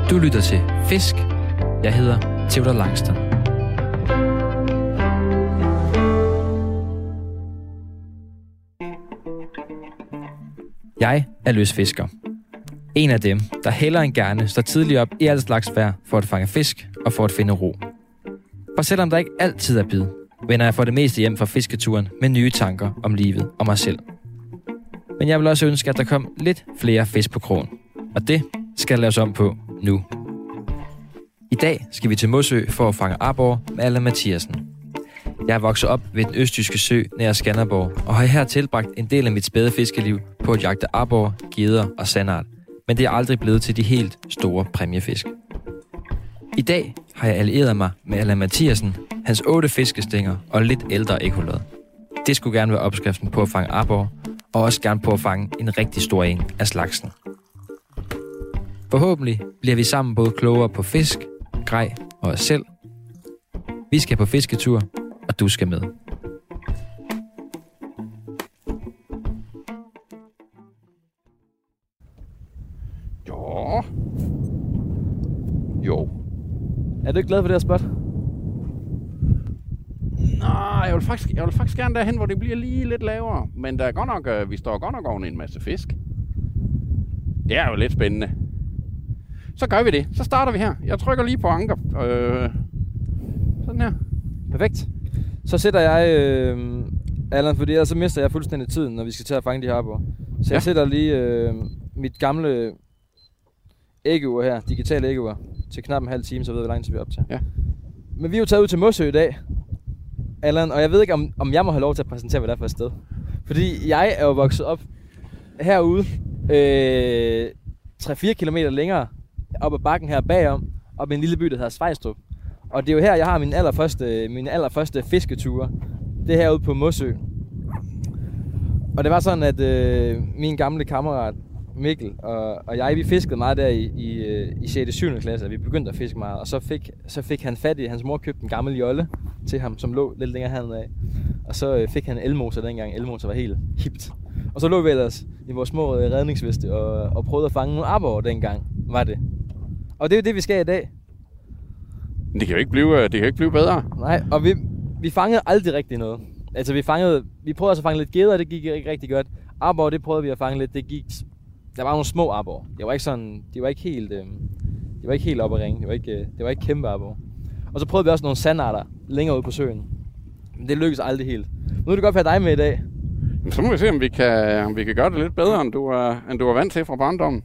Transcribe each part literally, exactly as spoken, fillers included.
Du lytter til Fisk. Jeg hedder Theodor Langstrøm. Jeg er løsfisker. En af dem, der hellere end gerne står tidligt op i alt slags vejr for at fange fisk og for at finde ro. For selvom der ikke altid er bid, vender jeg for det meste hjem fra fisketuren med nye tanker om livet og mig selv. Men jeg vil også ønske, at der kom lidt flere fisk på krogen. Og det skal der laves om på nu. I dag skal vi til Mossø for at fange aborre med Allan Mathiasen. Jeg er vokset op ved den østjyske sø nær Skanderborg, og har her tilbragt en del af mit spæde fiskeliv på at jagte aborre, geder og sandart. Men det er aldrig blevet til de helt store præmiefisk. I dag har jeg allieret mig med Allan Mathiasen, hans otte fiskestænger og lidt ældre ekolod. Det skulle gerne være opskriften på at fange aborre, og også gerne på at fange en rigtig stor en af slagsen. Forhåbentlig bliver vi sammen både klogere på fisk, grej og os selv. Vi skal på fisketur, og du skal med. Jo. Jo. Er du ikke glad for det her spot? Nej, jeg vil faktisk, jeg vil faktisk gerne derhen, hvor det bliver lige lidt lavere. Men der er godt nok, vi står godt nok oven i en masse fisk. Det er jo lidt spændende. Så gør vi det. Så starter vi her. Jeg trykker lige på anker. Øh, sådan her. Perfekt. Så sætter jeg, øh, Allan, fordi ellers så mister jeg fuldstændig tiden, når vi skal til at fange de her aborre. Så ja. Jeg sætter lige øh, mit gamle æggeur her, digitale æggeur, til knap en halv time, så ved vi, hvor lang tid vi er op til. Ja. Men vi er jo taget ud til Mossø i dag, Allan, og jeg ved ikke, om, om jeg må have lov til at præsentere, hvad det er for et sted. Fordi jeg er jo vokset op herude, øh, tre fire kilometer længere, op ad bakken her bagom, op i en lille by, der hedder Svejstrup. Og det er jo her, jeg har min allerførste, min allerførste fisketure. Det er herude på Mossø. Og det var sådan, at øh, min gamle kammerat Mikkel og, og jeg, vi fiskede meget der i, i, i sjette syvende klasse, og vi begyndte at fiske meget. Og så fik, så fik han fat i, hans mor købte en gammel jolle til ham, som lå lidt længere hernede af. Og så øh, fik han elmoser dengang. Elmoser var helt hipt. Og så lå vi ellers i vores små øh, redningsveste og, og prøvede at fange nogle aborre dengang, var det. Og det er jo det, vi skal i dag. Det kan jo ikke blive, det kan jo ikke blive bedre. Nej, og vi, vi fangede aldrig rigtig noget. Altså vi fangede, vi prøvede også at fange lidt geder, det gik ikke rigtig godt. Aborre, det prøvede vi at fange lidt, det gik. Der var nogle små aborre. Det var ikke sådan, de var ikke helt, øh, de var ikke helt oppe at ringe. Det var ikke, øh, det var ikke kæmpe aborre. Og så prøvede vi også nogle sandarter længere ude på søen. Men det lykkedes aldrig helt. Nu er det godt at have dig med i dag. Men så må vi se, om vi kan, om vi kan gøre det lidt bedre, end du er, end du er vant til fra barndommen.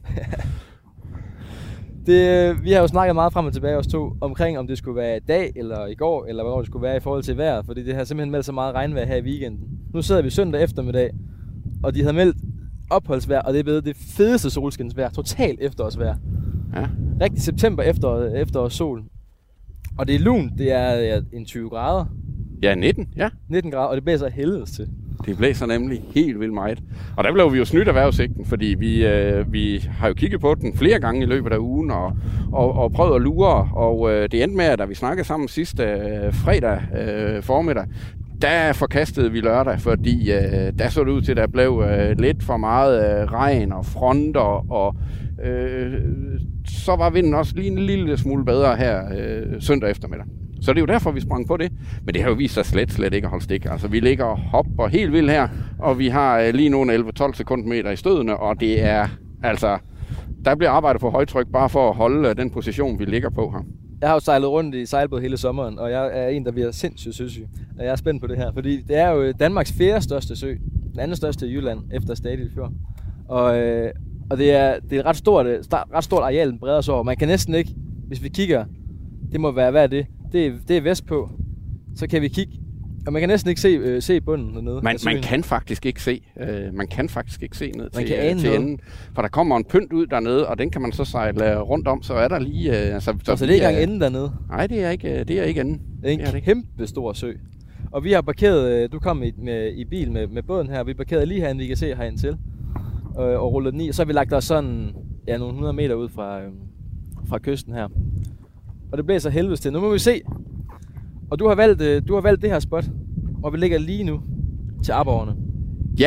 Det, vi har jo snakket meget frem og tilbage os to omkring, om det skulle være i dag eller i går, eller hvor det skulle være i forhold til vejret, fordi det har simpelthen meldt så meget regnvejr her i weekenden. Nu sidder vi søndag eftermiddag, og de havde meldt opholdsvejr, og det er blevet det fedeste solskinsvejr, totalt efterårsvejr. Ja. Rigtig september efterår, efterårs sol. Og det er lunt, det er ja, en tyve grader. Ja, nitten, ja. nitten grader, og det blæser helvedes til. Det blæser nemlig helt vildt meget. Og der blev vi jo snydt af vejrudsigten, fordi vi, øh, vi har jo kigget på den flere gange i løbet af ugen og, og, og prøvet at lure. Og øh, det endte med, at da vi snakkede sammen sidste øh, fredag øh, formiddag, der forkastede vi lørdag, fordi øh, der så det ud til, at der blev øh, lidt for meget øh, regn og fronter. Og øh, så var vinden også lige en lille smule bedre her øh, søndag eftermiddag. Så det er jo derfor, vi sprang på det. Men det har jo vist sig slet, slet ikke at holde stik. Altså, vi ligger og hopper helt vildt her, og vi har øh, lige nogle elleve tolv sekundmeter i stødene, og det er, altså, der bliver arbejdet på højtryk bare for at holde øh, den position, vi ligger på her. Jeg har jo sejlet rundt i sejlbåd hele sommeren, og jeg er en, der bliver sindssygt søsyg. Og jeg er spændt på det her, fordi det er jo Danmarks fjerde største sø. Den anden største i Jylland, efter Stadil Fjord. Og, øh, og det er, det er et ret stort, ret stort areal, den breder sig over. Man kan næsten ikke, hvis vi kigger, det må være, hvad er det? Det er, det er vestpå. Så kan vi kigge, og man kan næsten ikke se, øh, se bunden dernede. Man, man kan faktisk ikke se, øh, man kan faktisk ikke se ned man til, kan til enden. For der kommer en pynt ud dernede, og den kan man så sejle rundt om, så er der lige... Øh, altså, så, så det er ikke engang enden dernede? Nej, det er ikke, det er ikke enden. Det er en det er kæmpe det. stor sø. Og vi har parkeret, du kom i, med, i bil med, med båden her, vi parkerede lige herinde, vi kan se herind til, og, og rullet den i. Så har vi lagt os sådan, ja, nogle hundrede meter ud fra, øh, fra kysten her. Og det blæser helvedes til. Nu må vi se. Og du har valgt, du har valgt det her spot, hvor vi ligger lige nu til aborrene. Ja,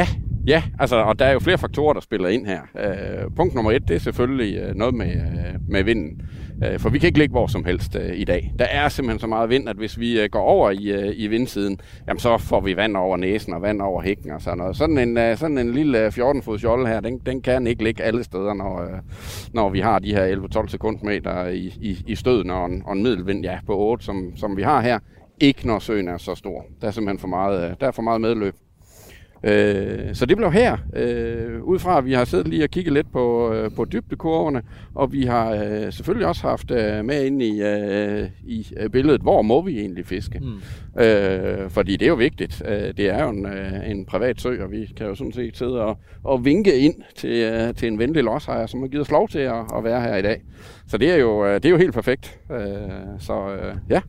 Ja, altså, og der er jo flere faktorer, der spiller ind her. Øh, punkt nummer et, det er selvfølgelig øh, noget med, øh, med vinden. Øh, for vi kan ikke ligge hvor som helst øh, i dag. Der er simpelthen så meget vind, at hvis vi øh, går over i, øh, i vindsiden, jamen så får vi vand over næsen og vand over hækken og sådan noget. Sådan en, øh, sådan en lille fjorten-fods jolle her, den, den kan ikke ligge alle steder, når, øh, når vi har de her elleve til tolv sekundmeter i, i, i støden og en, og en middelvind ja, på otte, som, som vi har her. Ikke når søen er så stor. Der er simpelthen for meget, øh, der er for meget medløb. Øh, så det blev her, øh, ud fra at vi har siddet lige og kigget lidt på, øh, på dybdekurverne, og vi har øh, selvfølgelig også haft øh, med ind i, øh, i billedet, hvor må vi egentlig fiske. Mm. Øh, fordi det er jo vigtigt. Øh, det er jo en, øh, en privat sø, og vi kan jo sådan set sidde og, og vinke ind til, øh, til en venlig lodsejer, som har givet os lov til at, at være her i dag. Så det er jo, øh, det er jo helt perfekt. Øh, så øh, ja.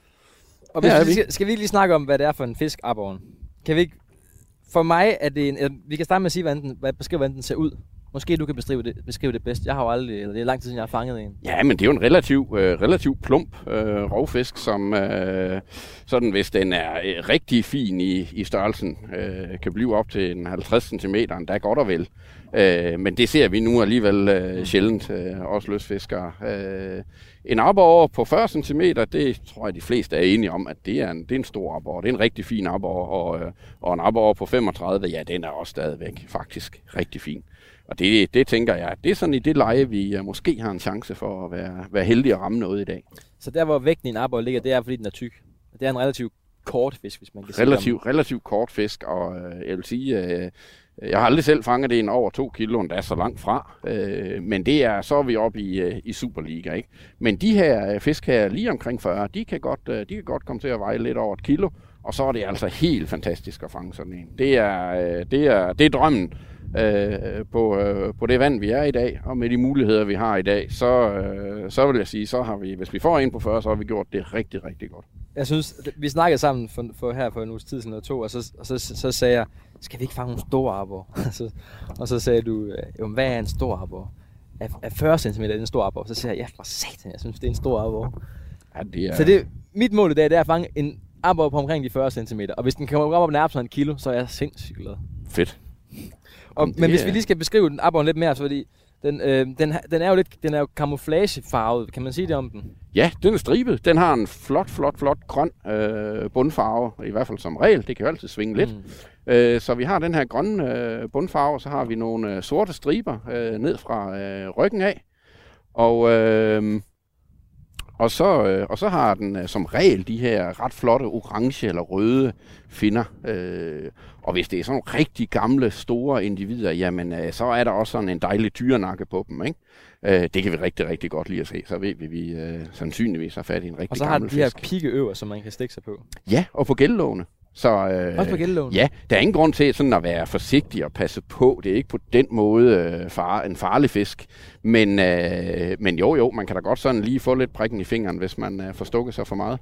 Og hvis vi, skal, skal vi lige snakke om, hvad det er for en fisk, aborren? Kan vi ikke... For mig er det en... Vi kan starte med at sige, hvordan den, hvad, beskrive, hvordan den ser ud. Måske du kan beskrive det, beskrive det bedst. Jeg har jo aldrig... Eller det er lang tid siden, jeg har fanget en. Ja, men det er jo en relativ, øh, relativ plump øh, rovfisk, som øh, sådan, hvis den er øh, rigtig fin i, i størrelsen, øh, kan blive op til en halvtreds centimeter. Der er godt og vel. Øh, men det ser vi nu alligevel øh, sjældent, øh, også løsfiskere. Øh, en aborre på fyrre centimeter, det tror jeg de fleste er enige om, at det er en, det er en stor aborre. Det er en rigtig fin aborre, og, øh, og en aborre på femogtredive, ja, den er også stadigvæk faktisk rigtig fin. Og det, det tænker jeg, det er sådan i det leje, vi uh, måske har en chance for at være, være heldige at ramme noget i dag. Så der, hvor vægten i en aborre ligger, det er, fordi den er tyk. Det er en relativt kort fisk, hvis man kan sige relativ, det. Relativt kort fisk, og uh, jeg vil sige, uh, jeg har aldrig selv fanget det en over to kilo, der er så langt fra. Uh, men det er, så er vi oppe i, uh, i Superliga, ikke? Men de her fisk her, lige omkring fyrre, de kan godt, uh, de kan godt komme til at veje lidt over et kilo, og så er det altså helt fantastisk at fange sådan en. Det er, uh, det er, det er drømmen. Øh, på, øh, på det vand, vi er i dag, og med de muligheder, vi har i dag, så, øh, så vil jeg sige, så har vi, hvis vi får en på fyrre, så har vi gjort det rigtig, rigtig godt. Jeg synes, vi snakkede sammen for, for her for en uges tid, sådan noget to, og så, og så, så, så sagde jeg, skal vi ikke fange en stor aborre? Og så sagde du, jo, hvad er en stor aborre? Er, er fyrre centimeter en stor aborre? Så sagde jeg, ja, for satan, jeg synes, det er en stor aborre. Ja, det er... Så det, mit mål i dag, det er at fange en aborre på omkring de fyrre centimeter, og hvis den kommer op på nærmest en kilo, så er jeg sindssygt glad. Fedt. Og, men hvis vi lige skal beskrive den aborren lidt mere, så fordi den, øh, den, den er jo lidt, den er jo camouflagefarvet. Kan man sige det om den? Ja, den er stribet. Den har en flot, flot, flot grøn øh, bundfarve, i hvert fald som regel. Det kan jo altid svinge lidt. Mm. Øh, så vi har den her grønne øh, bundfarve, så har vi nogle øh, sorte striber øh, ned fra øh, ryggen af. Og... Øh, Og så, øh, og så har den øh, som regel de her ret flotte orange eller røde finner. Øh, og hvis det er sådan nogle rigtig gamle, store individer, jamen øh, så er der også sådan en dejlig tyrenakke på dem, ikke? Øh, det kan vi rigtig, rigtig godt lide at se. Så ved vi, at vi øh, sandsynligvis har fat i en rigtig gammel fisk. Og så har den de her pigge øver, som man kan stikke sig på. Ja, og på gællåne. Så, øh, også på gældlån? Ja, der er ingen grund til sådan at være forsigtig og passe på. Det er ikke på den måde øh, far, en farlig fisk. Men, øh, men jo, jo, man kan da godt sådan lige få lidt prikken i fingeren, hvis man øh, får stukket sig for meget.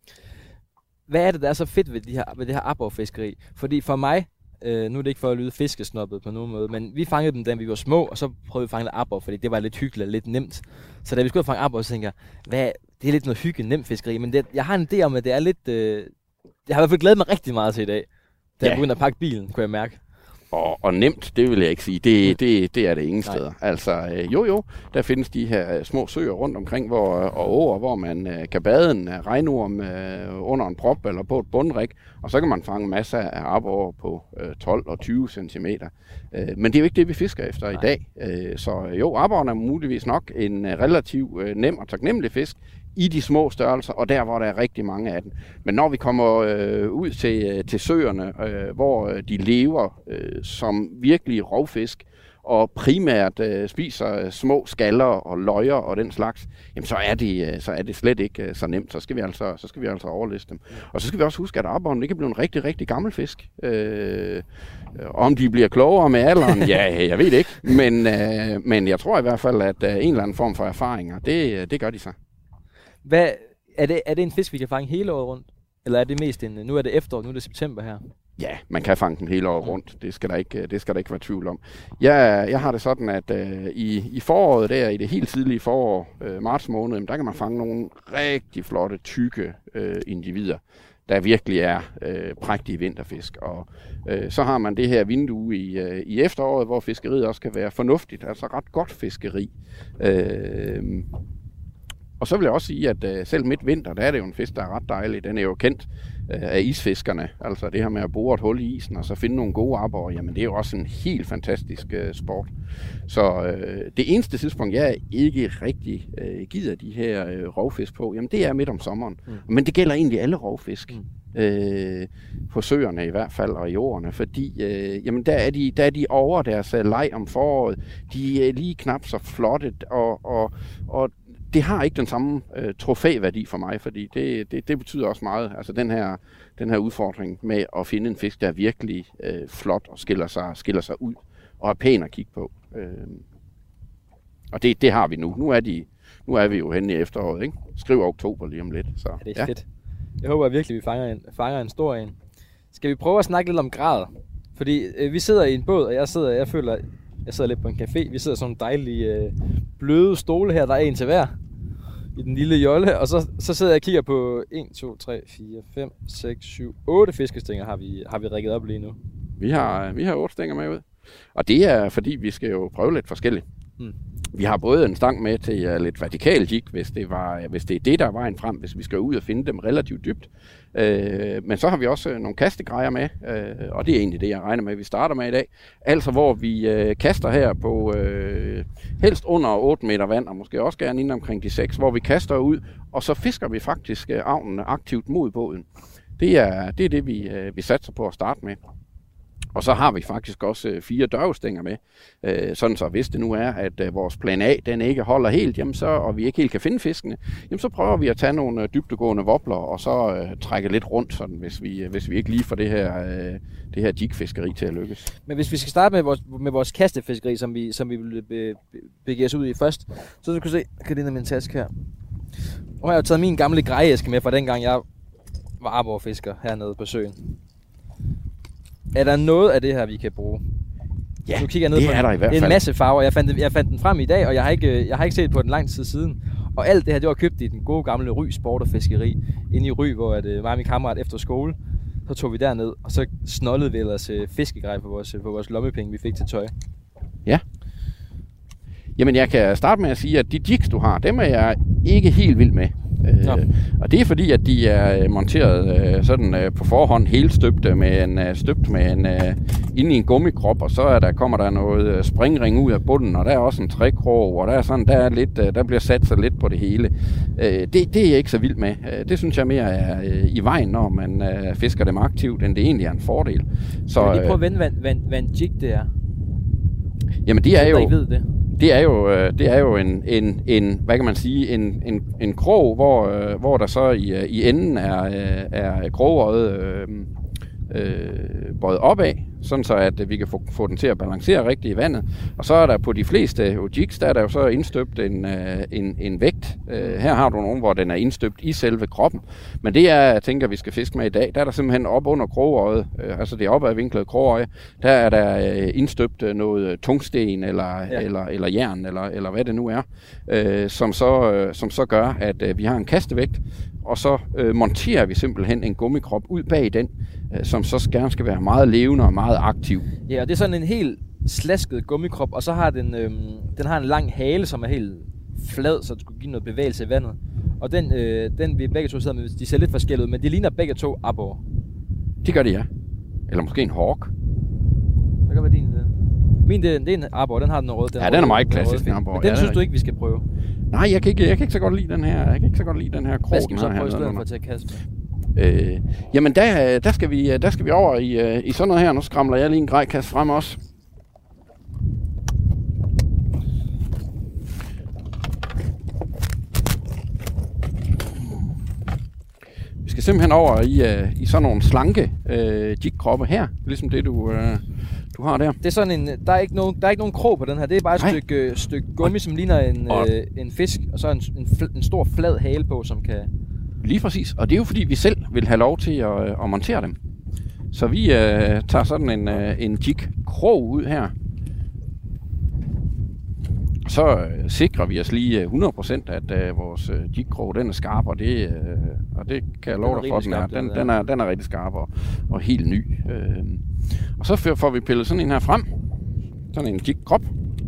Hvad er det, der er så fedt ved, de her, ved det her aborrefiskeri? Fordi for mig, øh, nu er det ikke for at lyde fiskesnobbet på nogen måde, men vi fangede dem, da vi var små, og så prøvede vi at fange aborre, fordi det var lidt hyggeligt og lidt nemt. Så da vi skulle fange aborre, så tænkte jeg, hvad, det er lidt noget hyggeligt, nemt fiskeri, men det, jeg har en idé om, at det er lidt... Øh, Jeg har i hvert fald glædet mig rigtig meget til i dag, da ja. jeg begyndte at pakke bilen, kunne jeg mærke. Og, og nemt, det vil jeg ikke sige. Det, det, det er det ingen Nej. steder. Altså, øh, jo jo, der findes de her små søer rundt omkring, hvor, og åer, hvor man øh, kan bade en øh, regnorm øh, under en prop eller på et bundrik, og så kan man fange masser af aborrer på øh, tolv og tyve centimeter. Øh, men det er jo ikke det, vi fisker efter Nej. i dag. Øh, så jo, aborren er muligvis nok en øh, relativt øh, nem og taknemmelig fisk, i de små størrelser, og der, hvor der er rigtig mange af dem. Men når vi kommer øh, ud til, til søerne, øh, hvor de lever øh, som virkelige rovfisk, og primært øh, spiser små skaller og løjer og den slags, jamen så er det, så er det slet ikke øh, så nemt. Så skal vi altså, så skal vi altså overliste dem. Og så skal vi også huske, at aborren, det kan blive en rigtig, rigtig gammel fisk. Øh, om de bliver klogere med alderen, ja, jeg ved ikke. Men, øh, men jeg tror i hvert fald, at øh, en eller anden form for erfaringer, det, det gør de så. Hvad, er, det, er det en fisk, vi kan fange hele året rundt? Eller er det mest en... Nu er det efterår, nu er det september her. Ja, man kan fange dem hele året rundt. Det skal der ikke, det skal der ikke være tvivl om. Jeg, jeg har det sådan, at øh, i, i foråret der, i det helt tidlige forår, øh, marts måned, der kan man fange nogle rigtig flotte, tykke øh, individer. der virkelig er øh, prægtige vinterfisk. Og øh, så har man det her vindue i, øh, i efteråret, hvor fiskeriet også kan være fornuftigt, altså ret godt fiskeri. Øh, og så vil jeg også sige, at øh, selv midt vinter, der er det jo en fisk, der er ret dejlig. Den er jo kendt øh, af isfiskerne, altså det her med at bore et hul i isen og så finde nogle gode aborrer, jamen det er jo også en helt fantastisk øh, sport. Så øh, det eneste tidspunkt, jeg ikke rigtig øh, gider de her øh, rovfisk på, jamen det er midt om sommeren. Mm. Men det gælder egentlig alle rovfisk. Mm. Øh, på søerne i hvert fald, og i åerne, fordi øh, jamen der, er de, der er de over deres uh, leg om foråret. De er lige knap så flotte, og, og, og det har ikke den samme øh, trofæværdi for mig, fordi det, det, det betyder også meget. Altså den her, den her udfordring med at finde en fisk, der er virkelig øh, flot og skiller sig, skiller sig ud, og er pæn at kigge på. Øh, og det, det har vi nu. Nu er, de, nu er vi jo henne i efteråret, ikke? Skriver oktober lige om lidt. Så, ja, det er ja. fedt. Jeg håber virkelig, vi fanger en, fanger en stor en. Skal vi prøve at snakke lidt om grad? Fordi øh, vi sidder i en båd, og jeg sidder, jeg føler, jeg sidder lidt på en café. Vi sidder sådan nogle dejlige øh, bløde stole her, der er en til hver i den lille jolle. Og så, så sidder jeg og kigger på en, to, tre, fire, fem, seks, syv, otte fiskestænger har vi, har vi rigget op lige nu. Vi har, vi har otte stænger med ud. Og det er fordi, vi skal jo prøve lidt forskelligt. Hmm. Vi har både en stang med til uh, lidt vertikal jig, hvis det, var, hvis det er det, der er vejen frem, hvis vi skal ud og finde dem relativt dybt. Uh, men så har vi også uh, nogle kastegrejer med, uh, og det er egentlig det, jeg regner med, at vi starter med i dag. Altså hvor vi uh, kaster her på uh, helst under otte meter vand, og måske også gerne inden omkring de seks, hvor vi kaster ud, og så fisker vi faktisk uh, avnen aktivt mod båden. Det er det, er det vi, uh, vi satser på at starte med. Og så har vi faktisk også fire dørvestænger med, øh, sådan så hvis det nu er, at øh, vores plan A, den ikke holder helt, jamen så, og vi ikke helt kan finde fiskene, jamen så prøver vi at tage nogle øh, dybdegående wobbler, og så øh, trække lidt rundt, sådan, hvis, vi, øh, hvis vi ikke lige får det her, øh, det her jigfiskeri til at lykkes. Men hvis vi skal starte med vores, med vores kastefiskeri, som vi, som vi vil be, be, begive os ud i først, så du kan se, kan det min taske her. Og jeg har taget min gamle grejeæske med fra dengang jeg var aborfisker hernede på søen. Er der noget af det her, vi kan bruge? Ja, nu kigger jeg ned det på er der i hvert fald. En masse farver. Jeg fandt, jeg fandt den frem i dag, og jeg har, ikke, jeg har ikke set på den lang tid siden. Og alt det her, det var købt i den gode gamle Ry Sport og Fiskeri. Inde i Ry, hvor at, mig og min kammerat efter skole, så tog vi derned, og så snollede vi ellers fiskegrej på vores, på vores lommepenge, vi fik til tøj. Ja. Jamen, jeg kan starte med at sige, at de jigs, du har, dem er jeg ikke helt vild med. Øh, og det er fordi, at de er monteret øh, sådan øh, på forhånd helt støbte med en øh, støbt med en øh, inde i en gummikrop, og så er der kommer der noget øh, springring ud af bunden, og der er også en trækrog, og der er sådan der er lidt øh, der bliver sat sig lidt på det hele. Øh, det det er jeg ikke så vild med. Øh, det synes jeg mere er øh, i vejen, når man øh, fisker dem aktivt, end det egentlig er en fordel. Så kan vi lige prøve at vende, hvad, hvad, hvad en jig det er? Jamen det er jo. Jeg ved det. Det er jo, det er jo en, en, en, hvad kan man sige, en, en, en krog, hvor, hvor der så i, i enden er, er krogeøjet øh, øh, bøjet opad, sådan så at vi kan få, få den til at balancere rigtigt i vandet. Og så er der på de fleste jigs, der er der jo så indstøbt en, en, en vægt. Her har du nogen, hvor den er indstøbt i selve kroppen. Men det er, jeg tænker, vi skal fiske med i dag, der er der simpelthen op under krogeøjet, altså det opadvinklede krogeøje, der er der indstøbt noget tungsten eller, ja. eller, eller jern, eller, eller hvad det nu er, øh, som, så, som så gør, at øh, vi har en kastevægt, og så øh, monterer vi simpelthen en gummikrop ud bag den, øh, som så gerne skal være meget levende og meget aktiv. Ja, og det er sådan en helt slasket gummikrop, og så har den, øh, den har en lang hale, som er helt flad, så det skulle give noget bevægelse i vandet. Og den, øh, den vi begge to sidder med, de ser lidt forskellige ud, men de ligner begge to aborrer. Det gør de, ja. Eller måske en hawk. Hvad gør hvad din det? Min, det, det er en arbor, den har den røde. Den ja, den er meget klassisk, en arbor. Men den ja, synes den du ikke, vi skal prøve? Nej, jeg kan ikke, jeg kan ikke så godt lide den her, jeg kan ikke så godt lide den her krog. Hvad skal vi så prøve i stedet for at tage kaste med? Øh, jamen, der, der, skal vi, der skal vi over i, i sådan noget her. Nu skramler jeg lige en grejkasse frem også. Vi skal simpelthen over i, uh, i sådan nogle slanke uh, jigkroppe her, ligesom det du, uh, du har der. Det er sådan en, der er ikke nogen, der er ikke nogen krog på den her. Det er bare et Nej. stykke, uh, stykke gummi, som ligner en, uh, en fisk, og så en, en, fl- en stor flad hale på, som kan. Lige præcis, og det er jo fordi vi selv vil have lov til at, at montere dem. Så vi uh, tager sådan en, uh, en jig krog ud her. Så øh, sikrer vi os lige hundrede procent, at øh, vores øh, jigkrog, den er skarp, og det, øh, og det kan jeg love dig for, den er. Den, den, er, den er rigtig skarp og, og helt ny. Øh, og så får vi pillet sådan en her frem. Sådan en jigkrop.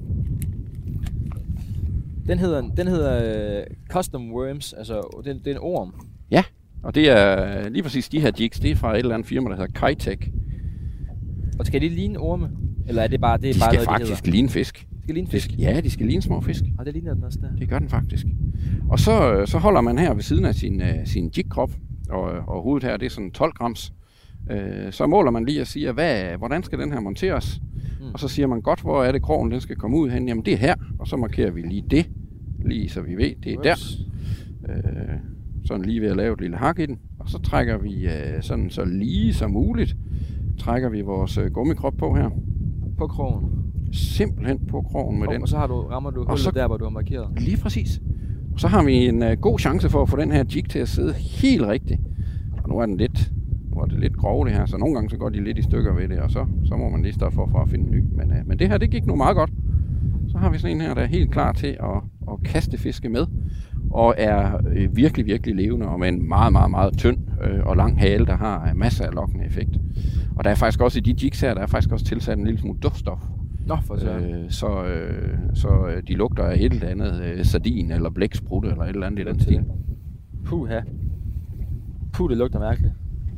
Den hedder, den hedder uh, Custom Worms, altså det, det er en orm. Ja, og det er lige præcis de her jigs, det er fra et eller andet firma, der hedder Kitech. Og skal de ligne orme? Eller er det bare det er de bare skal noget, faktisk de ligne fisk. Skal ligne fisk? Ja, de skal ligne små fisk. Og det ligner den også der. Det gør den faktisk. Og så, så holder man her ved siden af sin, uh, sin jigkrop, og, og hovedet her, det er sådan tolv grams. Uh, så måler man lige og siger, hvad, hvordan skal den her monteres? Mm. Og så siger man godt, hvor er det krogen, den skal komme ud hen? Jamen det er her, og så markerer vi lige det, lige så vi ved, det er Ups. der. Uh, sådan lige ved at lave et lille hak i den. Og så trækker vi uh, sådan så lige som muligt, trækker vi vores uh, gummikrop på her. På krogen? Simpelthen på krogen med oh, den. Og så har du, rammer du hullet der, hvor du har markeret? Lige præcis. Og så har vi en uh, god chance for at få den her jig til at sidde helt rigtigt. Og nu er den lidt, nu er det lidt grov det her, så nogle gange så går de lidt i stykker ved det, og så, så må man lige starte for, for at finde en ny. Men, uh, men det her, det gik nu meget godt. Så har vi sådan en her, der er helt klar til at, at kaste fiske med, og er øh, virkelig, virkelig levende, og med en meget, meget, meget tynd øh, og lang hale, der har masser af lokkende effekt. Og der er faktisk også i de jigs her, der er faktisk også tilsat en lille smule duftstof. Nå, for så. Øh, så, øh, så øh, de lugter af et eller andet øh, sardin eller blæksprutte eller et eller andet i den stil. Puha. Puh, det lugter mærkeligt.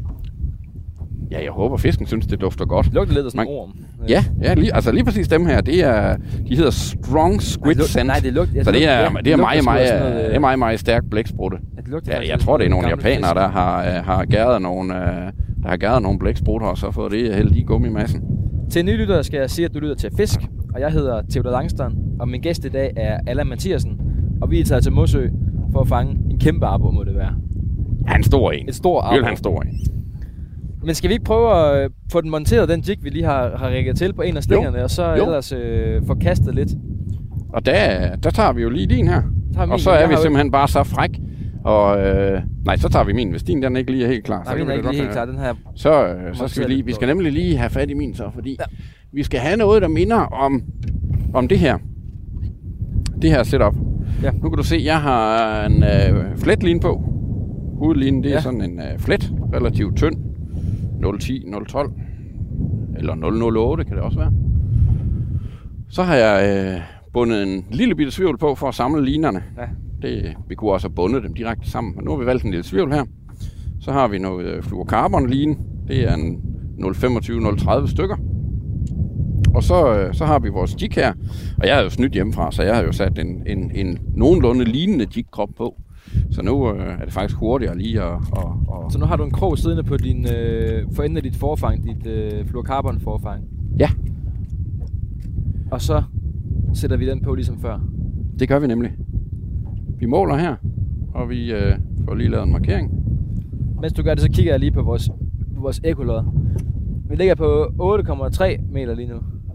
Ja, jeg håber fisken synes det dufter godt. Det lugter lidt af sådan en orm. Ja, ja lige, altså lige præcis dem her, det er, de hedder Strong Squid altså, Scent. Nej, det lugter. Så det er, ja, det, det er meget, meget, noget, det er meget, meget stærk blæksprutte. Ja, det lugter ja, jeg tror det er nogle japanere, der har har gæret nogle der har gæret nogle blæksprutter og så fået det hældt i gummimassen. Til nye lyttere skal jeg sige, at du lytter til Fisk, og jeg hedder Theodor Langstrand, og min gæst i dag er Allan Mathiasen, og vi er taget til Mossø for at fange en kæmpe arbo, må det være. Ja, en stor en. En stor arbo. Vil han stor en. Men skal vi ikke prøve at få den monteret, den jig, vi lige har, har rigget til på en af stængerne, jo. og så jo. ellers øh, få kastet lidt? Og der, der tager vi jo lige din her. Og så er vi simpelthen ikke... bare så fræk. Og øh, nej, så tager vi min, hvis din den ikke lige er helt klar. Nej, så min er ikke lige helt klar, den her. Så, øh, så skal vi lige, vi skal nemlig lige have fat i min så, fordi ja. vi skal have noget, der minder om, om det her. Det her setup. Ja. Nu kan du se, jeg har en øh, fletline på. Hovedlinen, det ja. er sådan en øh, flet, relativt tynd. nul ti, nul tolv eller nul nul otte kan det også være. Så har jeg øh, bundet en lille bitte svivl på for at samle linerne. Ja. Det, vi kunne også have bundet dem direkte sammen, men nu har vi valgt en lille svivl her. Så har vi noget øh, fluorocarbon-line. Det er en nul femogtyve nul tredive stykker. Og så, øh, så har vi vores jig her. Og jeg har jo snydt hjemmefra, så jeg har jo sat en, en, en nogenlunde lignende jigkrop på. Så nu øh, er det faktisk hurtigere lige at... Og, og så nu har du en krog siddende på din, øh, for enden af dit forfang, dit øh, fluorocarbon forfang? Ja. Og så sætter vi den på ligesom før? Det gør vi nemlig. Vi måler her, og vi øh, får lige lavet en markering. Mens du gør det, så kigger jeg lige på vores, på vores ekkolod. Vi ligger på otte komma tre meter lige nu.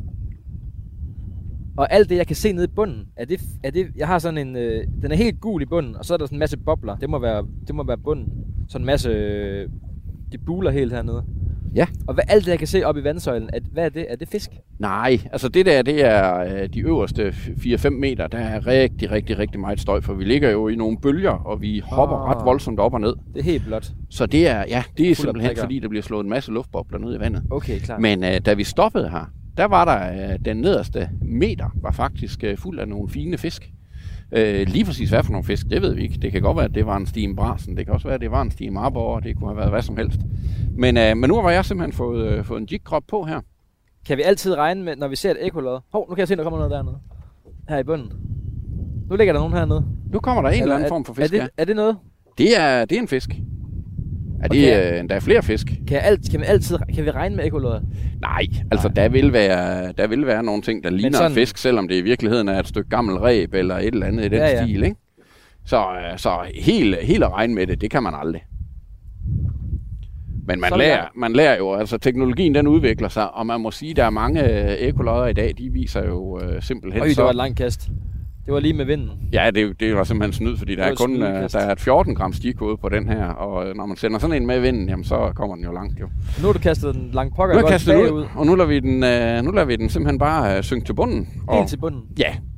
Og alt det, jeg kan se nede i bunden, er det, er det, jeg har sådan en, øh, den er helt gul i bunden, og så er der sådan en masse bobler. Det må være, det må være bunden. Sådan en masse, øh, de buler helt hernede. Ja. Og hvad, alt det, jeg kan se op i vandsøjlen, er, hvad er det? Er det fisk? Nej, altså det der, det er øh, de øverste fire fem meter, der er rigtig, rigtig, rigtig meget støj, for vi ligger jo i nogle bølger, og vi hopper oh. ret voldsomt op og ned. Det er helt blåt. Så det er, ja, det er simpelthen, fordi der bliver slået en masse luftbobler ned i vandet. Okay, klar. Men øh, da vi stoppede her, der var der, øh, den nederste meter var faktisk øh, fuld af nogle fine fisk. Øh, lige præcis hvad for nogle fisk, det ved vi ikke. Det kan godt være, at det var en stime brasen. Det kan også være, at det var en stime arbor. Det kunne have været hvad som helst. Men, øh, men nu har jeg simpelthen fået, øh, fået en jigkrop på her. Kan vi altid regne med, når vi ser et ekkolod? Hov, nu kan jeg se, at der kommer noget dernede. Her i bunden. Nu ligger der nogen hernede. Nu kommer der en eller, eller anden er, form for fisk, er det, ja. Er det noget? Det er, det er en fisk. Er det, okay. øh, der er flere fisk. Kan, jeg alt, kan, vi altid, kan vi regne med ekkoloder? Nej, altså Nej. Der, vil være, der vil være nogle ting, der ligner sådan en fisk, selvom det i virkeligheden er et stykke gammel ræb eller et eller andet i den ja, ja. stil, ikke? Så, så helt, helt at regne med det, det kan man aldrig. Men man lærer, man lærer jo, altså teknologien den udvikler sig, og man må sige, der er mange ekkolodder i dag, de viser jo øh, simpelthen Øj, så... det var et langt kast. Det var lige med vinden. Ja, det, det var simpelthen snyd, fordi der er kun der er et fjorten gram stikhoved på den her, og når man sender sådan en med vinden, jamen så kommer den jo langt jo. Nu har du kastet den langt pokker godt bagud. Nu og nu lader vi den, uh, nu lader vi den simpelthen bare uh, synke til bunden. Helt til bunden? Ja,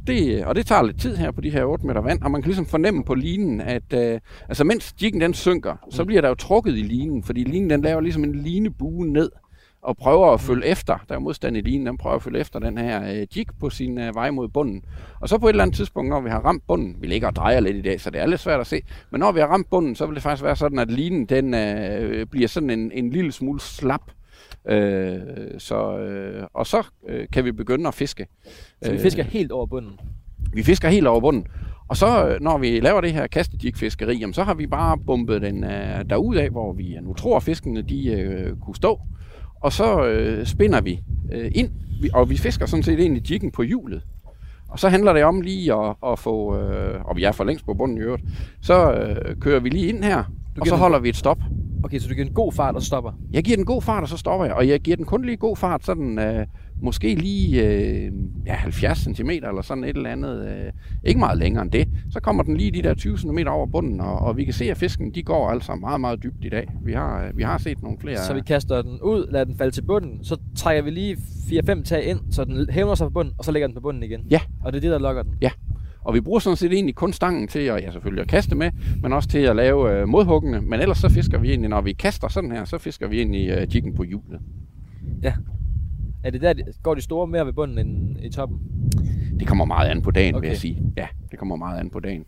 det, og det tager lidt tid her på de her otte meter vand, og man kan ligesom fornemme på linen, at øh, altså mens jiggen den synker, mm. så bliver der jo trukket i linen, fordi linen den laver ligesom en linebue ned, og prøver at følge efter, der er modstand i linen, den prøver at følge efter den her øh, jig på sin øh, vej mod bunden. Og så på et eller andet tidspunkt, når vi har ramt bunden, vi ligger og drejer lidt i dag, så det er lidt svært at se, men når vi har ramt bunden, så vil det faktisk være sådan, at linen den øh, bliver sådan en, en lille smule slap. Øh, så, øh, og så øh, kan vi begynde at fiske. Så vi fisker helt over bunden? Vi fisker helt over bunden. Og så, når vi laver det her kastejigfiskeri, så har vi bare bumpet den øh, derudad, hvor vi nu tror, at fiskene de, øh, kunne stå. Og så øh, spinder vi øh, ind, og vi fisker sådan set ind i jiggen på hjulet. Og så handler det om lige at, at få, øh, og vi er for længst på bunden i øvrigt, så øh, kører vi lige ind her, og så holder vi et stop. Okay, så du giver en god fart og stopper? Jeg giver den god fart, og så stopper jeg. Og jeg giver den kun lige god fart, sådan øh, måske lige øh, ja, halvfjerds centimeter eller sådan et eller andet. Øh, ikke meget længere end det. Så kommer den lige de der tyve centimeter over bunden, og, og vi kan se, at fisken de går altså meget, meget dybt i dag. Vi har, vi har set nogle flere. Så vi kaster den ud, lader den falde til bunden, så trækker vi lige fire fem tag ind, så den hævner sig på bunden, og så lægger den på bunden igen? Ja. Og det er det, der lokker den? Ja. Og vi bruger sådan set egentlig kun stangen til at, ja, selvfølgelig at kaste med, men også til at lave øh, modhuggene. Men ellers så fisker vi egentlig, når vi kaster sådan her, så fisker vi egentlig øh, jiggen på hjulet. Ja. Er det der, går de store mere ved bunden end i toppen? Det kommer meget an på dagen, okay. vil jeg sige. Ja, det kommer meget an på dagen.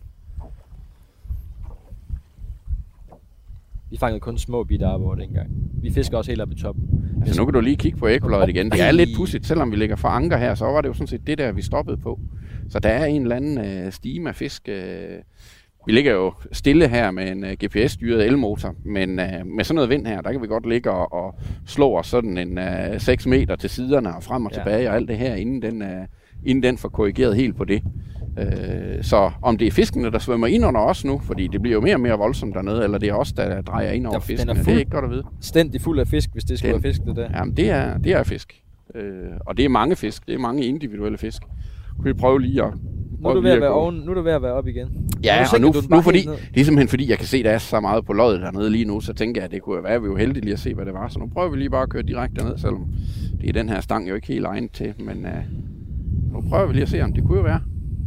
Vi fangede kun små bitter arbor dengang. Vi fisker også helt op i toppen. Altså nu kan du lige kigge på ekkoloddet igen. Det er lidt pudsigt, selvom vi ligger for anker her, så var det jo sådan set det der, vi stoppede på. Så der er en eller anden øh, stime af fisk. Øh. Vi ligger jo stille her med en øh, G P S-styret elmotor, men øh, med sådan noget vind her, der kan vi godt ligge og, og slå os sådan en øh, seks meter til siderne og frem og ja. tilbage og alt det her, inden den, øh, inden den får korrigeret helt på det. Øh, så om det er fiskene, der svømmer ind under os nu, fordi det bliver jo mere og mere voldsomt dernede, eller det er os, der drejer ind over fiskene, fuld, det er ikke godt at vide. Stændig fuld af fisk, hvis det skal være fisk, det der. Jamen, det er, det er fisk. Øh, og det er mange fisk, det er mange individuelle fisk. Kunne vi prøve lige at... Nu er du ved at være oven, nu er du ved at være op igen. Ja, og nu, nu fordi, det er simpelthen fordi, jeg kan se, der er så meget på loddet dernede lige nu, så tænker jeg, at det kunne være, at vi jo heldige lige at se, hvad det var. Så nu prøver vi lige bare at køre direkte derned, selvom det er den her stang jo ikke helt egnet til. Men uh, nu prøver vi lige at se, om det kunne jo være.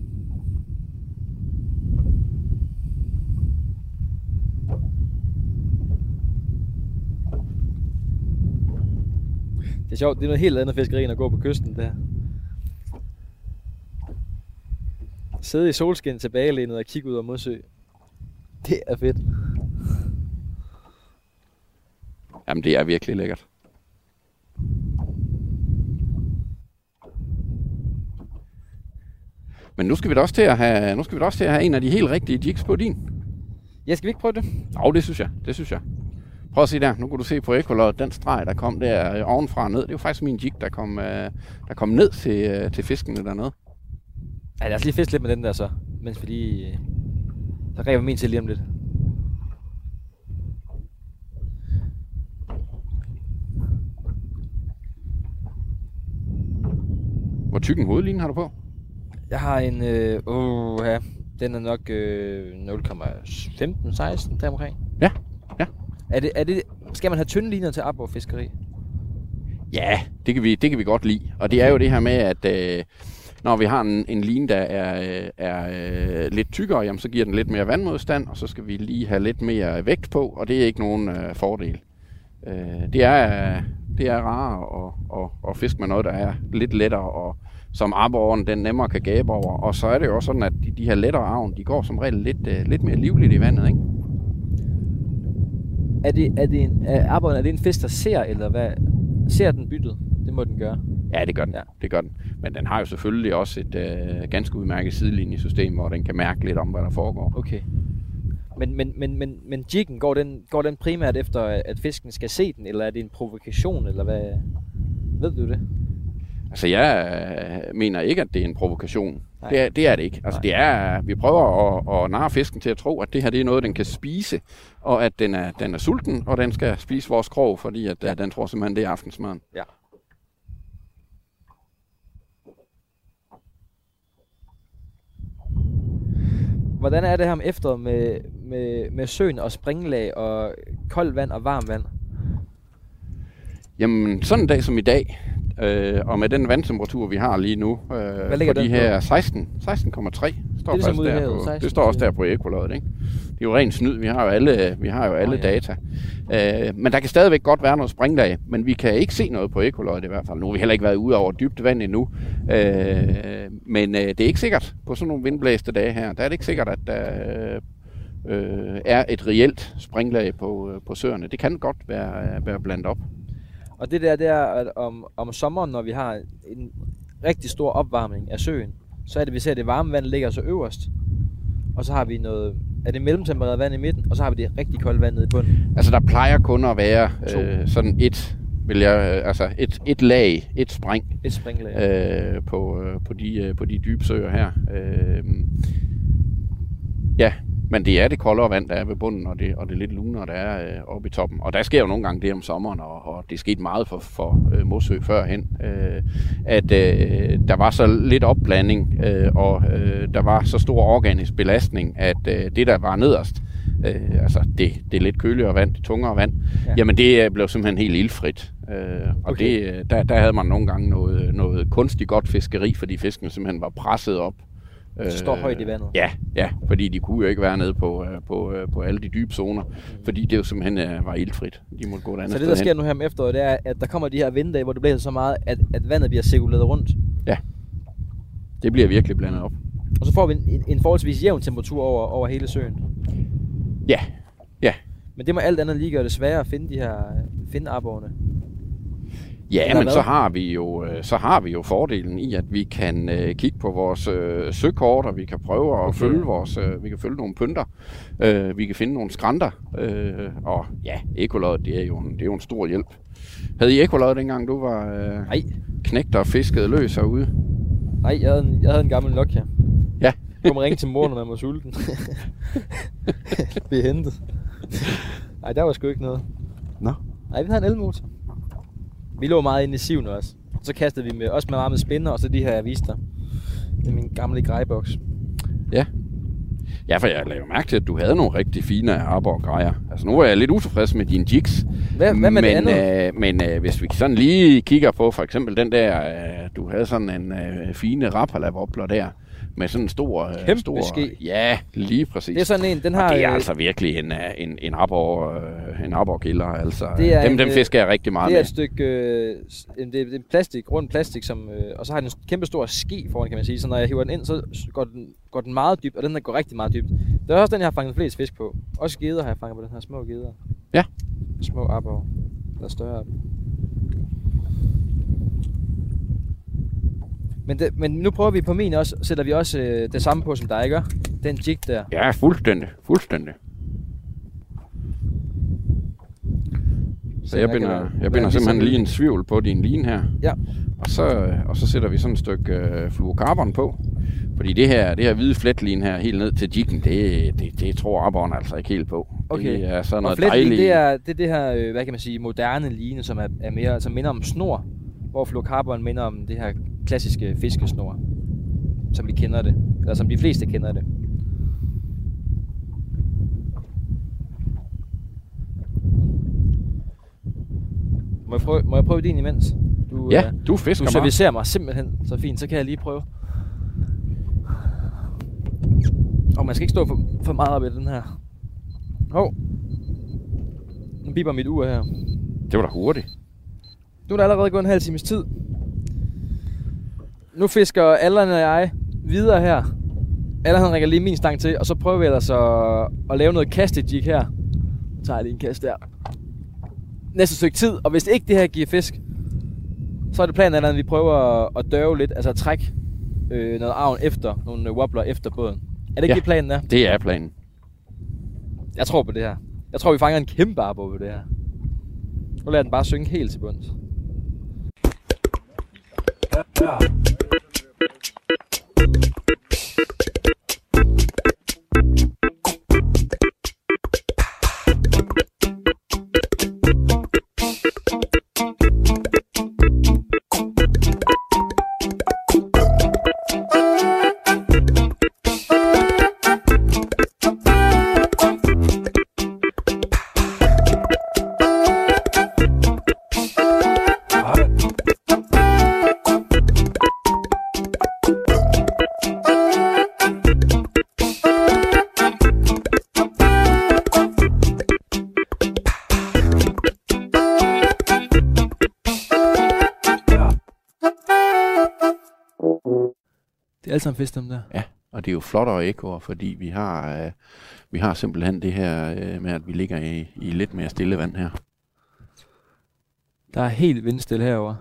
Det er sjovt, det er noget helt andet fiskeri, end at gå på kysten der. Sidde i solskin tilbagelænet og kigge ud over Mossø. Det er fedt. Jamen, det er virkelig lækkert. Men nu skal vi da også til at have, nu skal vi da også til at have en af de helt rigtige jigs på din. Ja, skal vi ikke prøve det? Jo, det synes jeg. Det synes jeg. Prøv at se der. Nu kan du se på ekkoloddet, den streg, der kom der ovenfra og ned. Det er jo faktisk min jig, der kom, der kom ned til, til fiskene dernede. Ja, lad os lige fiske lidt med den der så, mens vi lige... Så ræber min til lige om lidt. Hvor tyk en hovedline har du på? Jeg har en... Øh, åh, ja, den er nok øh, nul komma femten seksten deromkring. Ja, ja. Er det, er det, skal man have tynde liner til arbordfiskeri? Ja, det kan, vi, det kan vi godt lide. Og det er jo det her med, at... Øh, når vi har en, en line, der er, er øh, lidt tykkere, jamen, så giver den lidt mere vandmodstand, og så skal vi lige have lidt mere vægt på, og det er ikke nogen øh, fordel. Øh, det, er, det er rarere at, at, at fiske med noget, der er lidt lettere, og som arborderen den nemmere kan gabe over. Og så er det jo også sådan, at de, de her lettere arven, de går som regel lidt, øh, lidt mere livligt i vandet, ikke? Er det, er det en, er arborderen, er det en fisk, der ser, eller hvad? Ser den byttet? Det må den gøre. Ja, det gør den. Ja. Det gør den. Men den har jo selvfølgelig også et øh, ganske udmærket sidelinjesystem, hvor den kan mærke lidt om, hvad der foregår. Okay. Men, men, men, men, men jiggen, går den, går den primært efter, at fisken skal se den, eller er det en provokation, eller hvad? Ved du det? Altså, jeg øh, mener ikke, at det er en provokation. Det er, det er det ikke. Altså, det er, vi prøver at, at narre fisken til at tro, at det her det er noget, den kan spise, og at den er, den er sulten, og den skal spise vores krog, fordi at, ja. at den tror simpelthen, det er aftensmaden. Ja. Hvordan er det her om efteråret med, med, med søen og springlag og koldt vand og varmt vand? Jamen, sådan en dag som i dag, Øh, og med den vandtemperatur, vi har lige nu, øh, på de her seksten komma tre, står det, faktisk der havet, på, seksten, det står også der på ekoloddet, ikke? Det er jo ren snyd, vi har jo alle, vi har jo alle oh, ja. data. Øh, men der kan stadigvæk godt være noget springlag, men vi kan ikke se noget på ekoloddet i hvert fald. Nu har vi heller ikke været ude over dybt vand endnu, øh, men øh, det er ikke sikkert på sådan nogle vindblæste dage her. Der er det ikke sikkert, at der øh, er et reelt springlag på, på søerne. Det kan godt være, være blandet op. Og det der, det er, at om, om sommeren, når vi har en rigtig stor opvarmning af søen, så er det, vi ser, at det varme vand ligger så øverst, og så har vi noget, er det mellemtempereret vand i midten, og så har vi det rigtig kolde vand nede i bunden. Altså der plejer kun at være øh, sådan et, vil jeg, øh, altså et, et lag, et spring, et springlag øh, på, øh, på, de, øh, på de dybe søer her. Øh, ja. Men det er det koldere vand, der er ved bunden, og det, og det lidt lunere, der er øh, oppe i toppen. Og der sker jo nogle gange det om sommeren, og, og det skete meget for, for øh, Mossø førhen, øh, at øh, der var så lidt opblanding, øh, og øh, der var så stor organisk belastning, at øh, det, der var nederst, øh, altså det, det lidt køligere vand, det tungere vand, ja. jamen det blev simpelthen helt iltfrit. Øh, og okay. det, der, der havde man nogle gange noget, noget kunstigt godt fiskeri, fordi fiskene simpelthen var presset op. Så står højt i vandet. Ja, ja, fordi de kunne jo ikke være nede på, på, på alle de dybe zoner, mm. fordi det jo simpelthen var iltfrit. De måtte gå et andet Så det, der sker hen. nu her om efteråret, det er, at der kommer de her vinddage, hvor det blæser så meget, at, at vandet bliver cirkuleret rundt. Ja, det bliver virkelig blandet op. Og så får vi en, en forholdsvis jævn temperatur over, over hele søen. Ja, ja. Men det må alt andet lige gøre det sværere at finde de her finde aborrene. Ja, men så har vi jo så har vi jo fordelen i, at vi kan øh, kigge på vores øh, søkort, og vi kan prøve at okay. følge vores øh, vi kan følge nogle pynter. Øh, vi kan finde nogle skrænter, øh, og ja, ekoloddet, det er jo en, det er jo en stor hjælp. Havde I ekoloddet dengang du var øh, knægt og fiskede løs herude? Nej, jeg havde en, jeg havde en gammel Nokia. Ja. Du må ringe til mor, når man var sulten. Blive hentet. Nej, der var sgu ikke noget. Nå. Nej, vi havde en elmotor. Vi lå meget inde i siven også. Så kastede vi med, også med meget med spænder, og så de her, jeg viste dig. Det er min gamle grejboks. Ja. Ja, for jeg lavede mærke til, at du havde nogle rigtig fine arbor-grejer. Altså nu er jeg lidt utilfreds med dine jigs. Hvad, hvad med men, det andet? Øh, men øh, hvis vi sådan lige kigger på, for eksempel den der, øh, du havde sådan en øh, fine Rapala-wobbler der, med sådan en stor... Øh, Kæmpe stor, ske. Ja, lige præcis. Det er sådan en, den har... Og det er øh, altså virkelig en, en, en arbor, øh, en arbor-gilder, altså. Det er dem, en, dem fisker jeg rigtig meget med. Det er med. et stykke... Øh, en, det er en plastik, rund plastik, som, øh, og så har den en kæmpe stor ske foran, kan man sige. Så når jeg hiver den ind, så går den, går den meget dybt, og den der går rigtig meget dybt. Det er også den, jeg har fanget flest fisk på. Også geder har jeg fanget på den her små geder. Ja. Små arbor. Eller større arbor. Men, det, men nu prøver vi på min også, sætter vi også øh, det samme på som dig, ikke? Den jig der. Ja, fuldstændig. Fuldstændig. Så jeg binder, jeg binder simpelthen lige en svivl på din line her. Ja. Og så, og så sætter vi sådan et stykke øh, fluorokarbon på. Fordi det her, det her hvide fletline her helt ned til jiggen, det, det, det tror aborren altså ikke helt på. Okay. Det er sådan noget og dejligt. det er det, er det her, øh, hvad kan man sige, moderne line, som er, er mere, som minder om snor. Hvor fluorokarbon minder om det her klassiske fiskesnor, som vi kender det. Eller som de fleste kender det. Må jeg prøve, må jeg prøve din imens? Du, ja, øh, du fisker Du servicerer mig simpelthen så fint, så kan jeg lige prøve. Og man skal ikke stå for, for meget op i den her. Hov. Nu biber mit ur her. Det var da hurtigt. Nu er der allerede gået en halv times tid. Nu fisker Allan og jeg videre her. Allan han rækker lige min stang til, og så prøver vi altså at, at lave noget kastejig her. Så tager jeg lige en kast der. Næste stykke tid, og hvis ikke det her giver fisk, så er det planen, at vi prøver at dørve lidt, altså at trække øh, noget arven efter, nogle wobbler efter båden. Er det ikke ja, det planen er? Det er planen. Jeg tror på det her. Jeg tror, vi fanger en kæmpe arbor på det her. Nu lader den bare synge helt til bunds. Ja. alle sammen fisk, dem der. Ja, og det er jo flottere ekoer, fordi vi har, øh, vi har simpelthen det her øh, med, at vi ligger i, i lidt mere stille vand her. Der er helt vindstille herovre.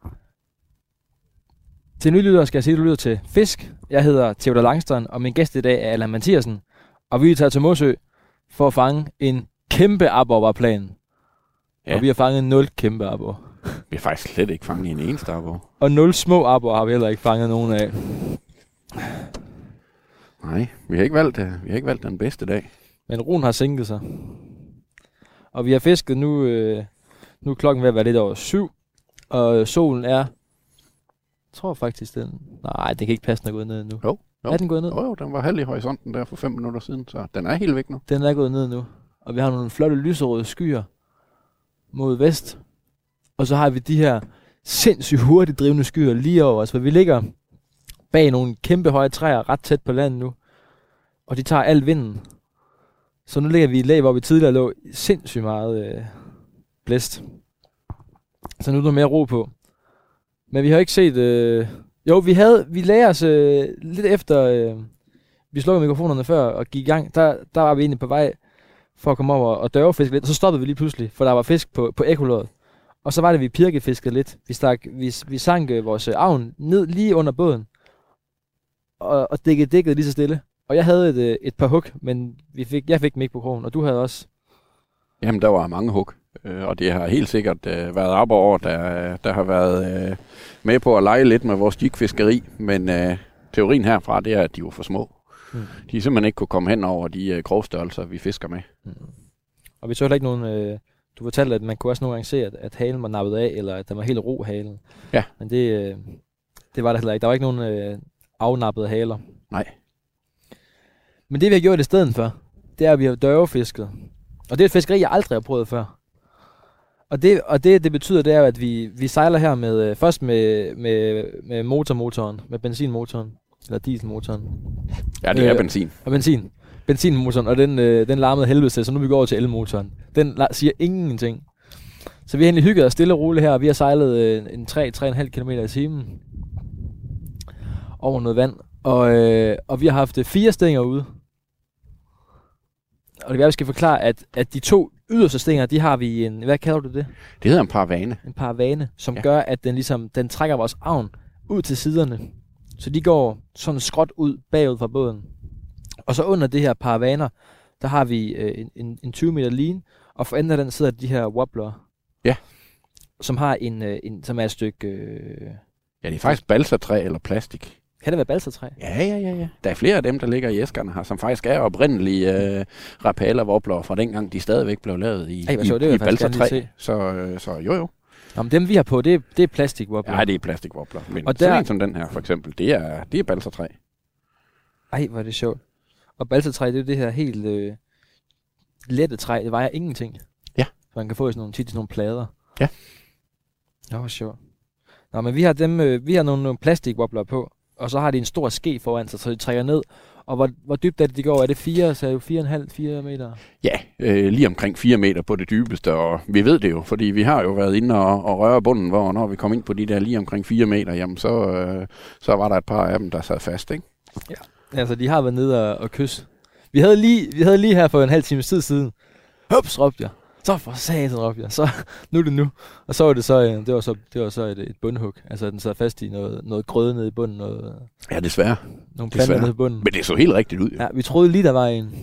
Til nye lyttere skal jeg sige, at du lytter til Fisk. Jeg hedder Theodor Langstrøm, og min gæst i dag er Allan Mathiasen. Og vi er taget til Mossø for at fange en kæmpe aborre, var planen. Ja. Og vi har fanget nul kæmpe aborre. Vi har faktisk slet ikke fanget en eneste aborre. Og nul små aborre har vi heller ikke fanget nogen af. Nej, vi har ikke valgt, vi har ikke valgt den bedste dag. Men roen har sænket sig. Og vi har fisket nu, øh, nu er klokken ved at være lidt over syv. Og solen er, jeg tror faktisk den, nej, det kan ikke passe, den er gået ned nu. Jo, jo. Er den gået ned? Jo, jo, den var halv i horisonten der for fem minutter siden, så den er helt væk nu. Den er gået ned nu. Og vi har nogle flotte lyserøde skyer mod vest. Og så har vi de her sindssygt hurtigt drivende skyer lige over os, for vi ligger bag nogle kæmpe høje træer ret tæt på landet nu. Og de tager al vinden. Så nu ligger vi i et lag, hvor vi tidligere lå sindssygt meget øh, blæst. Så nu er der mere ro på. Men vi har ikke set... Øh... Jo, vi havde vi lagde os øh, lidt efter... Øh... Vi slukkede mikrofonerne før og gik i gang. Der, der var vi egentlig på vej for at komme over og dørvefiske lidt. Og så stoppede vi lige pludselig, for der var fisk på, på ekkolådet. Og så var det, vi pirkefiskede lidt. Vi, stak, vi, vi sank øh, vores avn ned lige under båden. Og, og dækkede dækket lige så stille. Og jeg havde et, øh, et par hug, men vi fik, jeg fik dem ikke på krogen, og du havde også. Jamen, der var mange hug. Øh, og det har helt sikkert øh, været op over, der, der har været øh, med på at lege lidt med vores jigfiskeri. Men øh, teorien herfra, det er, at de var for små. Mm. De simpelthen ikke kunne komme hen over de øh, grovstørrelser, vi fisker med. Mm. Og vi så heller ikke nogen... Øh, du fortalte, at man kunne også nogle gange se, at, at halen var nappet af, eller at der var helt ro halen. Ja. Men det, øh, det var der heller ikke. Der var ikke nogen øh, afnappede haler. Nej. Men det vi har gjort i stedet for, det er, at vi har dørvefisket. Og det er et fiskeri, jeg aldrig har prøvet før. Og det, og det, det betyder, det er, at vi, vi sejler her med, først med, med, med motormotoren, med benzinmotoren, eller dieselmotoren. Ja, det er øh, benzin. Og benzin. Benzinmotoren, og den, øh, den larmede helvede til, så nu er vi går over til elmotoren. Den la- siger ingenting. Så vi har egentlig hygget os stille og roligt her, og vi har sejlet øh, en tre til tre komma fem kilometer i timen over noget vand. Og, øh, og vi har haft fire stænger ude. Og det vil jeg skal forklare, at, at de to yderste stænger, de har vi i en, hvad kalder du det? Det hedder en paravane. En paravane, som ja. gør, at den ligesom, den trækker vores avn ud til siderne. Så de går sådan skråt ud bagud fra båden. Og så under det her paravaner, der har vi øh, en, en, en tyve meter line, og for enden af den sidder de her wobbler. Ja. Som har en, øh, en som er et stykke... Øh, ja, det er faktisk balsatræ eller plastik. Kan det være balsatræ? Ja, ja, ja, ja. Der er flere af dem, der ligger i æskerne her, som faktisk er oprindelige øh, rapaler-wobbler fra dengang, de stadigvæk blev lavet i, Ej, i, så, det i balsatræ. Så, øh, så jo, jo. Nå, men dem vi har på, det, det er plastik-wobbler. Ja, det er plastik-wobbler. Men og sådan der... en som den her, for eksempel, det er, det er balsatræ. Ej, hvor er det sjovt. Og balsatræ, det er jo det her helt øh, lette træ. Det vejer ingenting. Ja. Så man kan få sådan nogle, tit sådan nogle plader. Ja. Nå, hvor sjovt. Nå, men vi har dem, øh, vi har nogle, nogle plastik-wobbler på. Og så har de en stor ske foran sig, så de trækker ned. Og hvor, hvor dybt er det, de går? Er det fire, så er det jo fire og en halv, fire meter? Ja, øh, lige omkring fire meter på det dybeste, og vi ved det jo, fordi vi har jo været inde og, og røre bunden, hvor når vi kom ind på de der lige omkring fire meter, jamen så, øh, så var der et par af dem, der sad fast, ikke? Ja, altså de har været nede og, og kysse. Vi havde, lige, vi havde lige her for en halv times tid siden. Hups, råbte jeg. Så for satan, råbte jeg. Så nu er det nu. Og så var det så, det var så, det var så et, et bundhug. Altså den sad fast i noget, noget grøde nede i bunden. Noget, ja, desværre. Nogle planter nede i bunden. Men det så helt rigtigt ud. Jo. Ja, vi troede lige, der var en.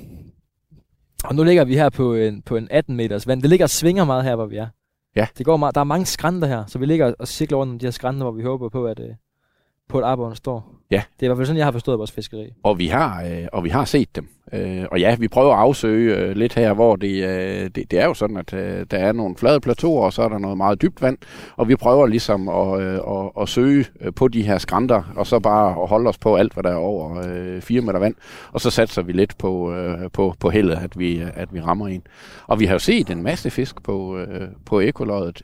Og nu ligger vi her på en, på en atten meters vand. Det ligger og svinger meget her, hvor vi er. Ja. Det går meget. Der er mange skrænter her, så vi ligger og cirkler rundt om de her skrænter, hvor vi håber på, at, på at aborren står. Ja. Det er i hvert fald sådan, jeg har forstået vores fiskeri. Og vi har, øh, og vi har set dem. Øh, og ja, vi prøver at afsøge øh, lidt her, hvor det, øh, det, det er jo sådan, at øh, der er nogle flade plateauer, og så er der noget meget dybt vand. Og vi prøver ligesom at, øh, at, at søge på de her skrænter, og så bare at holde os på alt, hvad der er over øh, fire meter vand. Og så satser vi lidt på, øh, på, på heldet, at vi, at vi rammer en. Og vi har jo set en masse fisk på, øh, på ekkoloddet.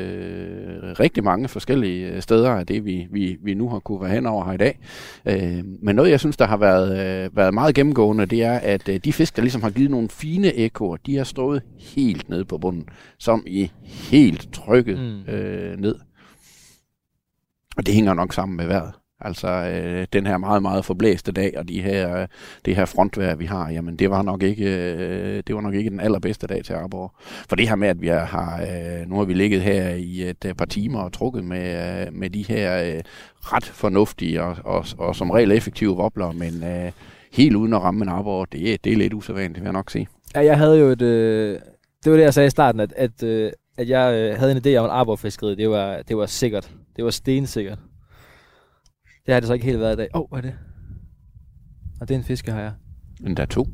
Øh, rigtig mange forskellige steder af det, vi, vi, vi nu har kunne være hen over her i dag. Øh, men noget, jeg synes, der har været, øh, været meget gennemgående, det er, at øh, de fisk, der ligesom har givet nogle fine ekkoer, de har stået helt nede på bunden, som i helt trykket mm. øh, ned. Og det hænger nok sammen med vejret. Altså øh, den her meget, meget forblæste dag, og de her, øh, det her frontvejr, vi har, jamen det var nok ikke, øh, det var nok ikke den allerbedste dag til Arborg. For det her med, at vi har, øh, nu har vi ligget her i et øh, par timer og trukket med, øh, med de her øh, ret fornuftige og, og, og som regel effektive wobbler, men øh, helt uden at ramme en Arborg, det, det er lidt usædvanligt, vil jeg nok sige. Ja, jeg havde jo et, øh, det var det, jeg sagde i starten, at, at, øh, at jeg øh, havde en idé om, at Arborg-fiskeriet, det var, det var sikkert. Det var stensikkert. Det har det så ikke helt været i dag. Åh, oh, hvad er det? Og det er en fiskehajer. Men der er to.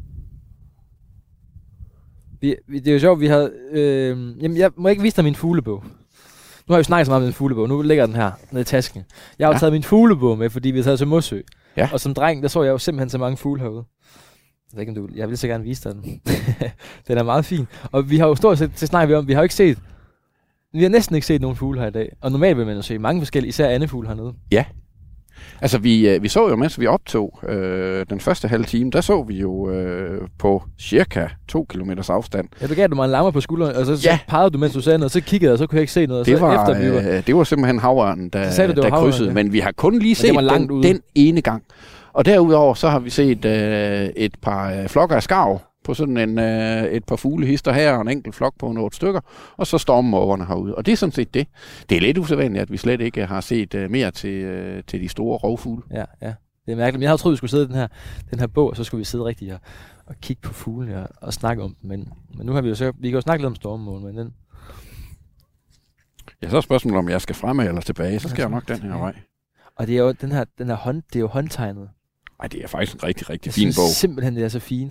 Vi, vi, det er jo sjovt, vi havde... Øh, jamen, jeg må ikke vise dig min fuglebog. Nu har vi snakket så meget om min fuglebog. Nu ligger den her nede i tasken. Jeg har jo ja. taget min fuglebog med, fordi vi har taget til Mossø. Ja. Og som dreng, der så jeg jo simpelthen så mange fugle herude. Jeg ved ikke, om du... Jeg vil så gerne vise dig den. Den er meget fin. Og vi har jo stort set... Det snakker vi om. Vi har jo ikke set... Vi har næsten ikke set nogen fugle her i dag. Og normalt vil man jo se mange forskellige, især andefugle hernede. Ja. Altså, vi, vi så jo, mens vi optog øh, den første halve time, der så vi jo øh, på cirka to kilometers afstand. Ja, du gav du mig en lammer på skulderen, og så, ja. så pegede du, mens du sagde noget, og så kiggede jeg, og så kunne jeg ikke se noget. Og det, så var, efter, vi var... øh, det var simpelthen havørnen, der, så du, der havørn, krydsede, ja. Men vi har kun lige set den, den ene gang. Og derudover så har vi set øh, et par øh, flokker af skarv på sådan en, øh, et par fuglehister her, og en enkelt flok på en otte stykker, og så stormmågerne herude. Og det er sådan set det. Det er lidt usædvanligt, at vi slet ikke har set øh, mere til, øh, til de store rovfugle. Ja, ja. Det er mærkeligt. Men jeg havde troet, vi skulle sidde i den her, den her bog, og så skulle vi sidde rigtig og, og kigge på fugle og, og snakke om dem. Men, men nu har vi jo så... Vi kan jo snakke lidt om stormmågen, men den... Ja, så er spørgsmålet, om jeg skal fremad eller tilbage. Så skal jeg nok den her vej. Og det er jo den her, den her hånd, det er jo håndtegnet. Nej, det er faktisk en rigtig, rigtig jeg fin synes bog. Simpelthen, det er så fint.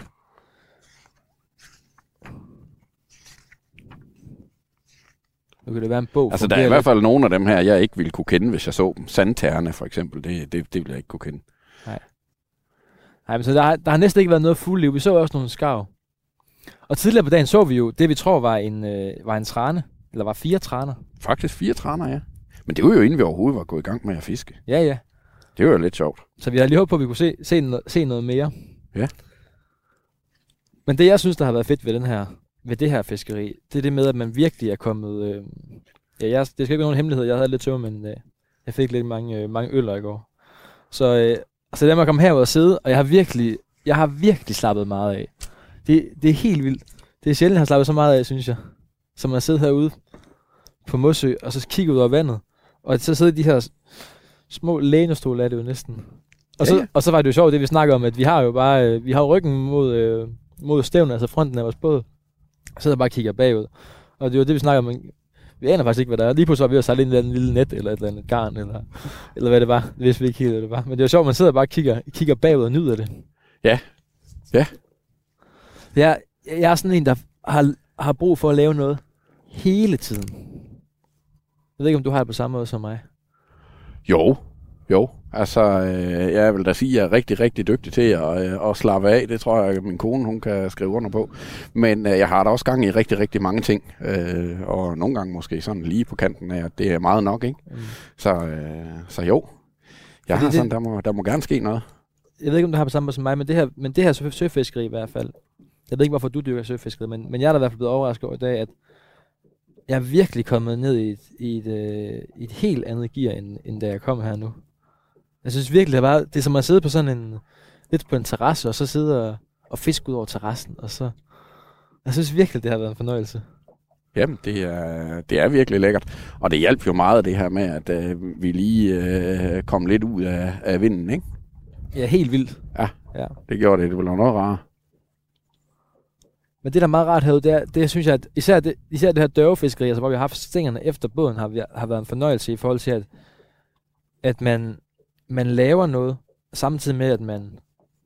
Nu kan det være en bog. Altså, der er i hvert fald nogle af dem her, jeg ikke ville kunne kende, hvis jeg så dem. Sandterne, for eksempel, det, det, det ville jeg ikke kunne kende. Nej. Nej, men så der har, der har næsten ikke været noget fugleliv. Vi så også nogle skarv. Og tidligere på dagen så vi jo det, vi tror var en, øh, var en trane. Eller var fire traner. Faktisk fire traner, ja. Men det var jo inden vi overhovedet var gået i gang med at fiske. Ja, ja. Det var jo lidt sjovt. Så vi har lige håbet på, at vi kunne se, se, no- se noget mere. Ja. Men det, jeg synes, der har været fedt ved, den her, ved det her fiskeri, det er det med, at man virkelig er kommet... Øh, ja, jeg, det skal ikke være nogen hemmelighed. Jeg havde lidt tøv, men øh, jeg fik lidt mange, øh, mange øller i går. Så, øh, så det med at komme herud og sidde, og jeg har virkelig, jeg har virkelig slappet meget af. Det, det er helt vildt. Det er sjældent, jeg har slappet så meget af, synes jeg. Som at sidde herude på Mossø, og så kigge ud over vandet. Og så sidde i de her små lænestole, er det jo næsten. Og så, ja, ja. og så var det jo sjovt, det vi snakker om, at vi har jo bare, øh, vi har ryggen mod, øh, mod stævnen, altså fronten af vores båd. Og så bare og kigger bagud. Og det var det, vi snakker om. Vi aner faktisk ikke, hvad der er. Lige pludselig var vi at sejle ind i en lille net, eller et eller andet garn, eller, eller hvad det var. Det vidste vi ikke helt, hvad det var. Men det var sjovt, man sidder bare og kigger, kigger bagud og nyder det. Ja. Ja. Jeg, jeg er sådan en, der har, har brug for at lave noget hele tiden. Jeg ved ikke, om du har det på samme måde som mig. Jo, jo. Altså, øh, jeg vil da sige, at jeg er rigtig, rigtig dygtig til at, øh, at slappe af. Det tror jeg, at min kone hun kan skrive under på. Men øh, jeg har da også gang i rigtig, rigtig mange ting. Øh, og nogle gange måske sådan lige på kanten af, at det er meget nok, ikke? Mm. Så, øh, så jo. Jeg Fordi har sådan, det, der, må, der må gerne ske noget. Jeg ved ikke, om du har på samme måde som mig, men det her, men det her søfiskeri i hvert fald. Jeg ved ikke, hvorfor du dyrker søfiskeri, men, men jeg er da i hvert fald blevet overrasket over i dag, at jeg er virkelig kommet ned i et, i et, øh, i et helt andet gear, end, end da jeg kom her nu. Jeg synes virkelig, det er, bare, det er som at sidde på sådan en, lidt på en terrasse, og så sidde og, og fiske ud over terrassen, og så, jeg synes virkelig, det har været en fornøjelse. Jamen, det er, det er virkelig lækkert, og det hjalp jo meget det her med, at øh, vi lige øh, kom lidt ud af, af vinden, ikke? Ja, helt vildt. Ja, ja. Det gjorde det, det var noget rart. Men det, der er meget rart herude, det, er, det synes jeg, at især det, især det her dørvefiskeri, altså hvor vi har haft stængerne efter båden, har, vi, har været en fornøjelse i forhold til, at, at man, man laver noget, samtidig med, at man,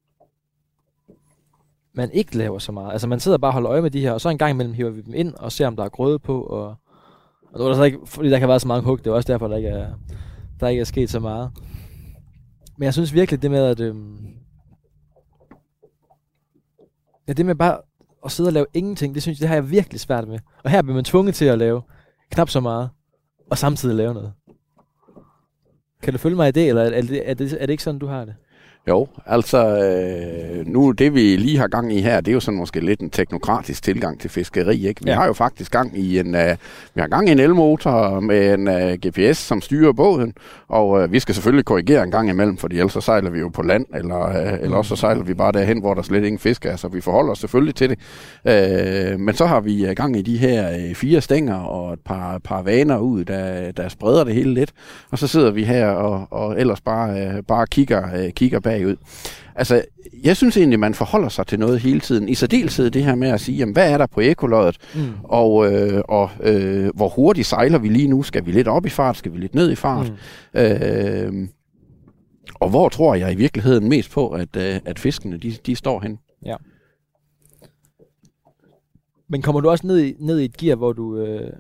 man ikke laver så meget. Altså man sidder bare og holder øje med de her, og så en gang imellem hiver vi dem ind, og ser, om der er grøde på, og, og det var der så ikke, fordi der kan være så mange hug, det er også derfor, der ikke er, der ikke er sket så meget. Men jeg synes virkelig, det med, at øhm, ja, det med bare at sidde og lave ingenting, det synes jeg, det har jeg virkelig svært med. Og her bliver man tvunget til at lave knap så meget, og samtidig lave noget. Kan du følge mig i det, eller er det, er det, er det ikke sådan, du har det? Jo, altså øh, nu det vi lige har gang i her, det er jo sådan måske lidt en teknokratisk tilgang til fiskeri, ikke? Vi ja. har jo faktisk gang i en øh, vi har gang i en elmotor med en øh, G P S, som styrer båden, og øh, vi skal selvfølgelig korrigere en gang imellem, fordi ellers så sejler vi jo på land, eller, øh, eller også så sejler vi bare derhen, hvor der slet ingen fisk er, så vi forholder os selvfølgelig til det. Øh, men så har vi øh, gang i de her øh, fire stænger og et par, par vaner ud, der, der spreder det hele lidt, og så sidder vi her og, og ellers bare, øh, bare kigger, øh, kigger bagud. Altså, jeg synes egentlig, man forholder sig til noget hele tiden. I særdeleshed det her med at sige, jamen, hvad er der på ekkoloddet, mm. og, øh, og øh, hvor hurtigt sejler vi lige nu? Skal vi lidt op i fart? Skal vi lidt ned i fart? Mm. Øh, og hvor tror jeg i virkeligheden mest på, at, øh, at fiskene, de, de står hen? Ja. Men kommer du også ned i, ned i et gear, hvor du øh,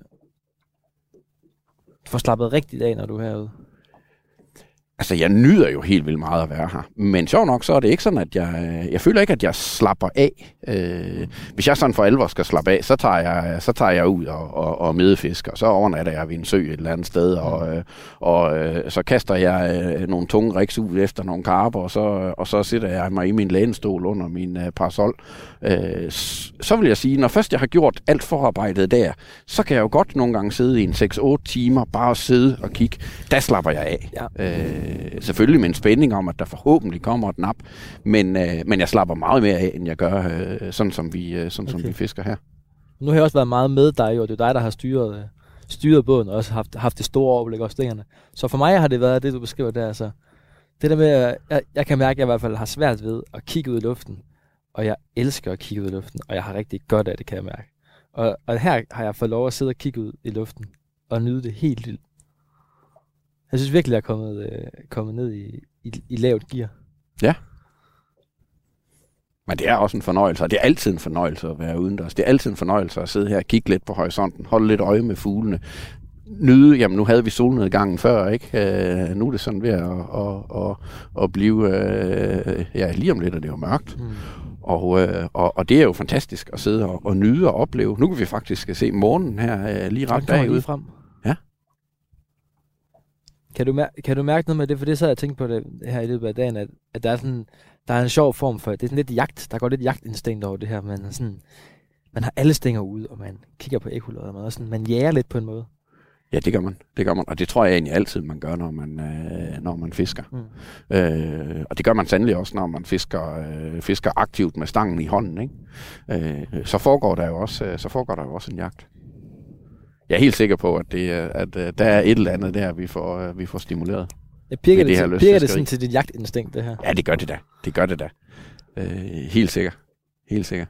får slappet rigtigt af, når du er herude? Altså, jeg nyder jo helt vildt meget at være her. Men sjov nok, så er det ikke sådan, at jeg... Jeg føler ikke, at jeg slapper af. Øh, hvis jeg sådan for alvor skal slappe af, så tager jeg, så tager jeg ud og, og, og medefisker. Så overnatter jeg ved en sø et eller andet sted, og, øh, og øh, så kaster jeg øh, nogle tunge rigs ud efter nogle karper, og så, og så sætter jeg mig i min lænestol under min øh, parasol. Øh, så vil jeg sige, når først jeg har gjort alt forarbejdet der, så kan jeg jo godt nogle gange sidde i en seks otte timer, bare sidde og kigge. Der slapper jeg af. Ja. Øh, selvfølgelig med en spænding om, at der forhåbentlig kommer et nap, men, øh, men jeg slapper meget mere af, end jeg gør, øh, sådan, som vi, øh, sådan okay. som vi fisker her. Nu har jeg også været meget med dig, og det er dig, der har styret, øh, styret båden, og også haft, haft det store overblik over stængerne. Så for mig har det været det, du beskriver der. Altså, det der med, at jeg, jeg kan mærke, at jeg i hvert fald har svært ved at kigge ud i luften, og jeg elsker at kigge ud i luften, og jeg har rigtig godt af det, kan jeg mærke. Og, og her har jeg fået lov at sidde og kigge ud i luften, og nyde det helt vildt. Jeg synes virkelig, jeg er kommet, øh, kommet ned i, i, i lavt gear. Ja. Men det er også en fornøjelse, og det er altid en fornøjelse at være udendørs. Det er altid en fornøjelse at sidde her og kigge lidt på horisonten, holde lidt øje med fuglene, nyde, jamen nu havde vi solnedgangen før, ikke? Øh, nu er det sådan ved at, at, at, at blive, øh, ja lige om lidt er det jo mørkt. Mm. Og, øh, og, og det er jo fantastisk at sidde og, og nyde og opleve. Nu kan vi faktisk se månen her øh, lige ret bagud. Frem. Ja. Kan du, mær- kan du mærke noget med det? For det så jeg tænkt på det her i løbet af dagen, at, at der, er sådan, der er en sjov form for, det er sådan lidt jagt, der går lidt jagtinstinkt over det her, man er sådan, man har alle stænger ude, og man kigger på ekkoloddet, og man, sådan, man jager lidt på en måde. Ja, det gør man. Det gør man, og det tror jeg egentlig altid, man gør, når man, øh, når man fisker. Mm. Øh, og det gør man sandelig også, når man fisker, øh, fisker aktivt med stangen i hånden, ikke? Øh, så foregår der jo også, øh, så foregår der jo også en jagt. Jeg er helt sikker på, at, det, at uh, der er et eller andet der, vi får, uh, vi får stimuleret. Jeg pirker det, det, pirker det sådan til dit jagtinstinkt, det her? Ja, det gør det da. Det gør det da. Uh, helt sikker. Helt sikker.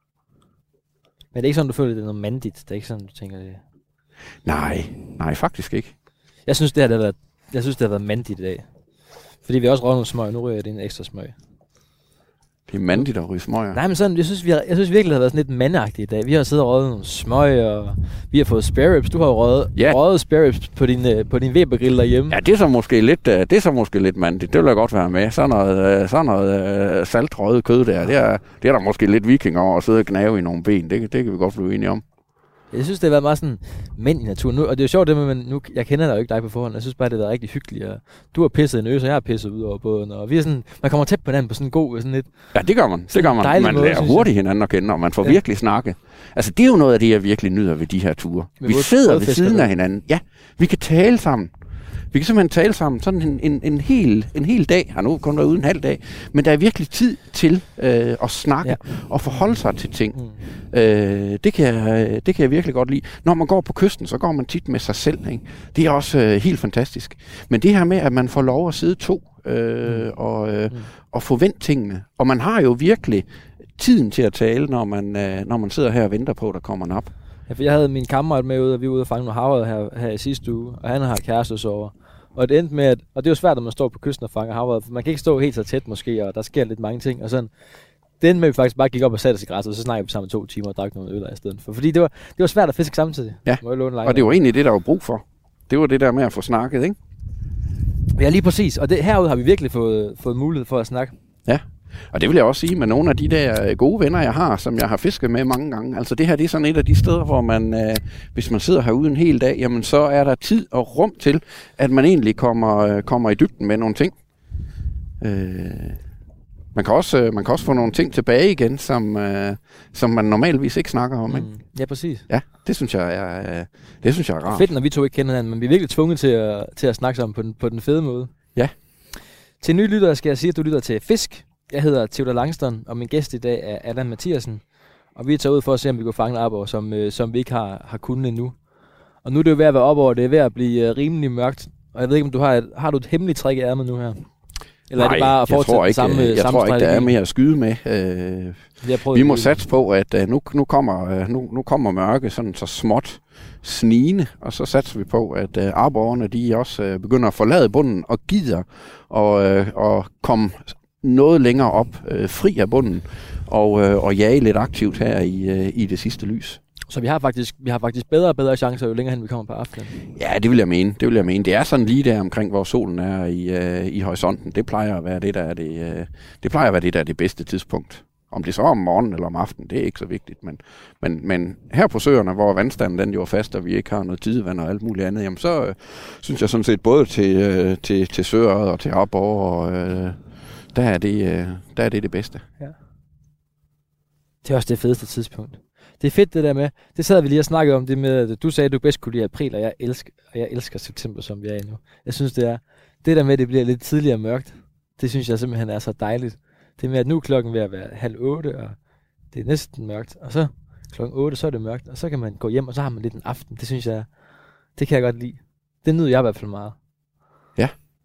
Men det er ikke sådan, du føler, det er noget mandigt? Det er ikke sådan, du tænker det? Nej, nej, faktisk ikke. Jeg synes, det har været, jeg synes, det har været mandigt i dag. Fordi vi har også røget nogle smøg, nu ryger jeg det en ekstra smøg. Det er mandigt at ryge smøger. Nej, men sådan, jeg synes, vi har, jeg synes virkelig, det har været sådan lidt mandagtigt i dag. Vi har siddet og røget nogle smøg, og vi har fået spare ribs. Du har jo røget, ja. røget spare ribs på din, på din Weber-grill derhjemme. Ja, det er så måske lidt, det er så måske lidt mandigt. Det vil jeg godt være med. Sådan noget, sådan noget saltrøget kød der, det er, det er der måske lidt viking over at sidde og gnave i nogle ben. Det, det kan vi godt blive enige om. Jeg synes, det har været meget sådan mænd i naturen. Nu, og det er jo sjovt, det med, men nu, jeg kender dig jo ikke dig på forhånd. Jeg synes bare, det har været rigtig hyggeligt. Og du har pisset en øs, og jeg har pisset ud over båden. Og vi er sådan, man kommer tæt på hinanden på sådan en god, sådan lidt... Ja, det gør man. Det gør man. Man lærer måde, hurtigt hinanden at kende, og man får ja. virkelig snakket. Altså, det er jo noget af det, jeg virkelig nyder ved de her ture. Men vi sidder ved siden af hinanden. Ja, vi kan tale sammen. Vi kan simpelthen tale sammen sådan en, en, en, hel, en hel dag. Har nu kun været ude en halv dag. Men der er virkelig tid til øh, at snakke ja. og forholde sig til ting. Mm. Øh, det, kan jeg, det kan jeg virkelig godt lide. Når man går på kysten, så går man tit med sig selv. Ikke? Det er også øh, helt fantastisk. Men det her med, at man får lov at sidde to øh, mm. og, øh, mm. og få vendt tingene. Og man har jo virkelig tiden til at tale, når man, øh, når man sidder her og venter på, at der kommer en op. Ja, for jeg havde min kammerat med ude, og vi var ude og fange nogle havre her, her i sidste uge, og han har kærestesover. Og det endte med, at, og det er jo svært, når man står på kysten og fanger havre, for man kan ikke stå helt så tæt måske, og der sker lidt mange ting, og sådan. Det endte med, at vi faktisk bare gik op og satte os i græsset, og så snakkede vi sammen to timer og drak nogle øl i stedet for. Fordi det var, det var svært at fiske samtidig. Ja, og det var egentlig det, der var brug for. Det var det der med at få snakket, ikke? Ja, lige præcis. Og det, herude har vi virkelig fået, fået mulighed for at snakke. Ja. Og det vil jeg også sige med nogle af de der gode venner, jeg har, som jeg har fisket med mange gange. Altså det her, det er sådan et af de steder, hvor man, øh, hvis man sidder herude en hel dag, jamen så er der tid og rum til, at man egentlig kommer, øh, kommer i dybden med nogle ting. Øh, man kan også, man kan også få nogle ting tilbage igen, som, øh, som man normalvis ikke snakker om. Ikke? Mm. Ja, præcis. Ja, det synes jeg er, det synes jeg er rart. Fedt, når vi to ikke kender hinanden, men vi er virkelig tvunget til at, til at snakke sammen på den, på den fede måde. Ja. Til nye lyttere skal jeg sige, at du lytter til Fisk. Jeg hedder Theodor Langston, og min gæst i dag er Allan Mathiasen. Og vi er taget ud for at se, om vi kan fange en arbor, som, øh, som vi ikke har, har kunnet endnu. Og nu er det jo ved at være op over, det er ved at blive øh, rimelig mørkt. Og jeg ved ikke, om du har et, har du et hemmeligt træk i ærmet nu her? Eller Nej, er det bare at fortsætte jeg tror ikke, samme, jeg samme tror ikke, der er strategi? mere at skyde med. Øh, vi må det. satse på, at uh, nu, nu, kommer, uh, nu, nu kommer mørke sådan så småt snigende, og så satser vi på, at uh, arborgerne de også uh, begynder at forlade bunden og gider og, uh, og komme noget længere op, uh, fri af bunden, og, uh, og jage lidt aktivt her i, uh, i det sidste lys. Så vi har faktisk vi har faktisk bedre og bedre chancer, jo længere hen vi kommer på aftenen. Ja, det vil jeg mene. Det vil jeg mene. Det er sådan lige der omkring, hvor solen er i, øh, i horisonten. Det plejer at være det, der er det, øh, det plejer at være det, der er det bedste tidspunkt. Om det så er om morgenen eller om aftenen, det er ikke så vigtigt. Men, men, men her på søerne, hvor vandstanden den jo er fast, og vi ikke har noget tidevand og alt muligt andet, jamen så øh, synes jeg sådan set både til, øh, til, til søer og til opborg, og øh, der, er det, øh, der er det det bedste. Ja. Det er også det fedeste tidspunkt. Det er fedt det der med, det sad vi lige og snakkede om, det med, at du sagde, at du bedst kunne lide april, og jeg elsker, og jeg elsker september, som vi er i nu. Jeg synes, det er, det der med, at det bliver lidt tidligere mørkt, det synes jeg simpelthen er så dejligt. Det med, at nu er klokken ved at være halv otte, og det er næsten mørkt, og så klokken otte, så er det mørkt, og så kan man gå hjem, og så har man lidt en aften. Det synes jeg, det kan jeg godt lide. Det nyder jeg i hvert fald meget. Ja.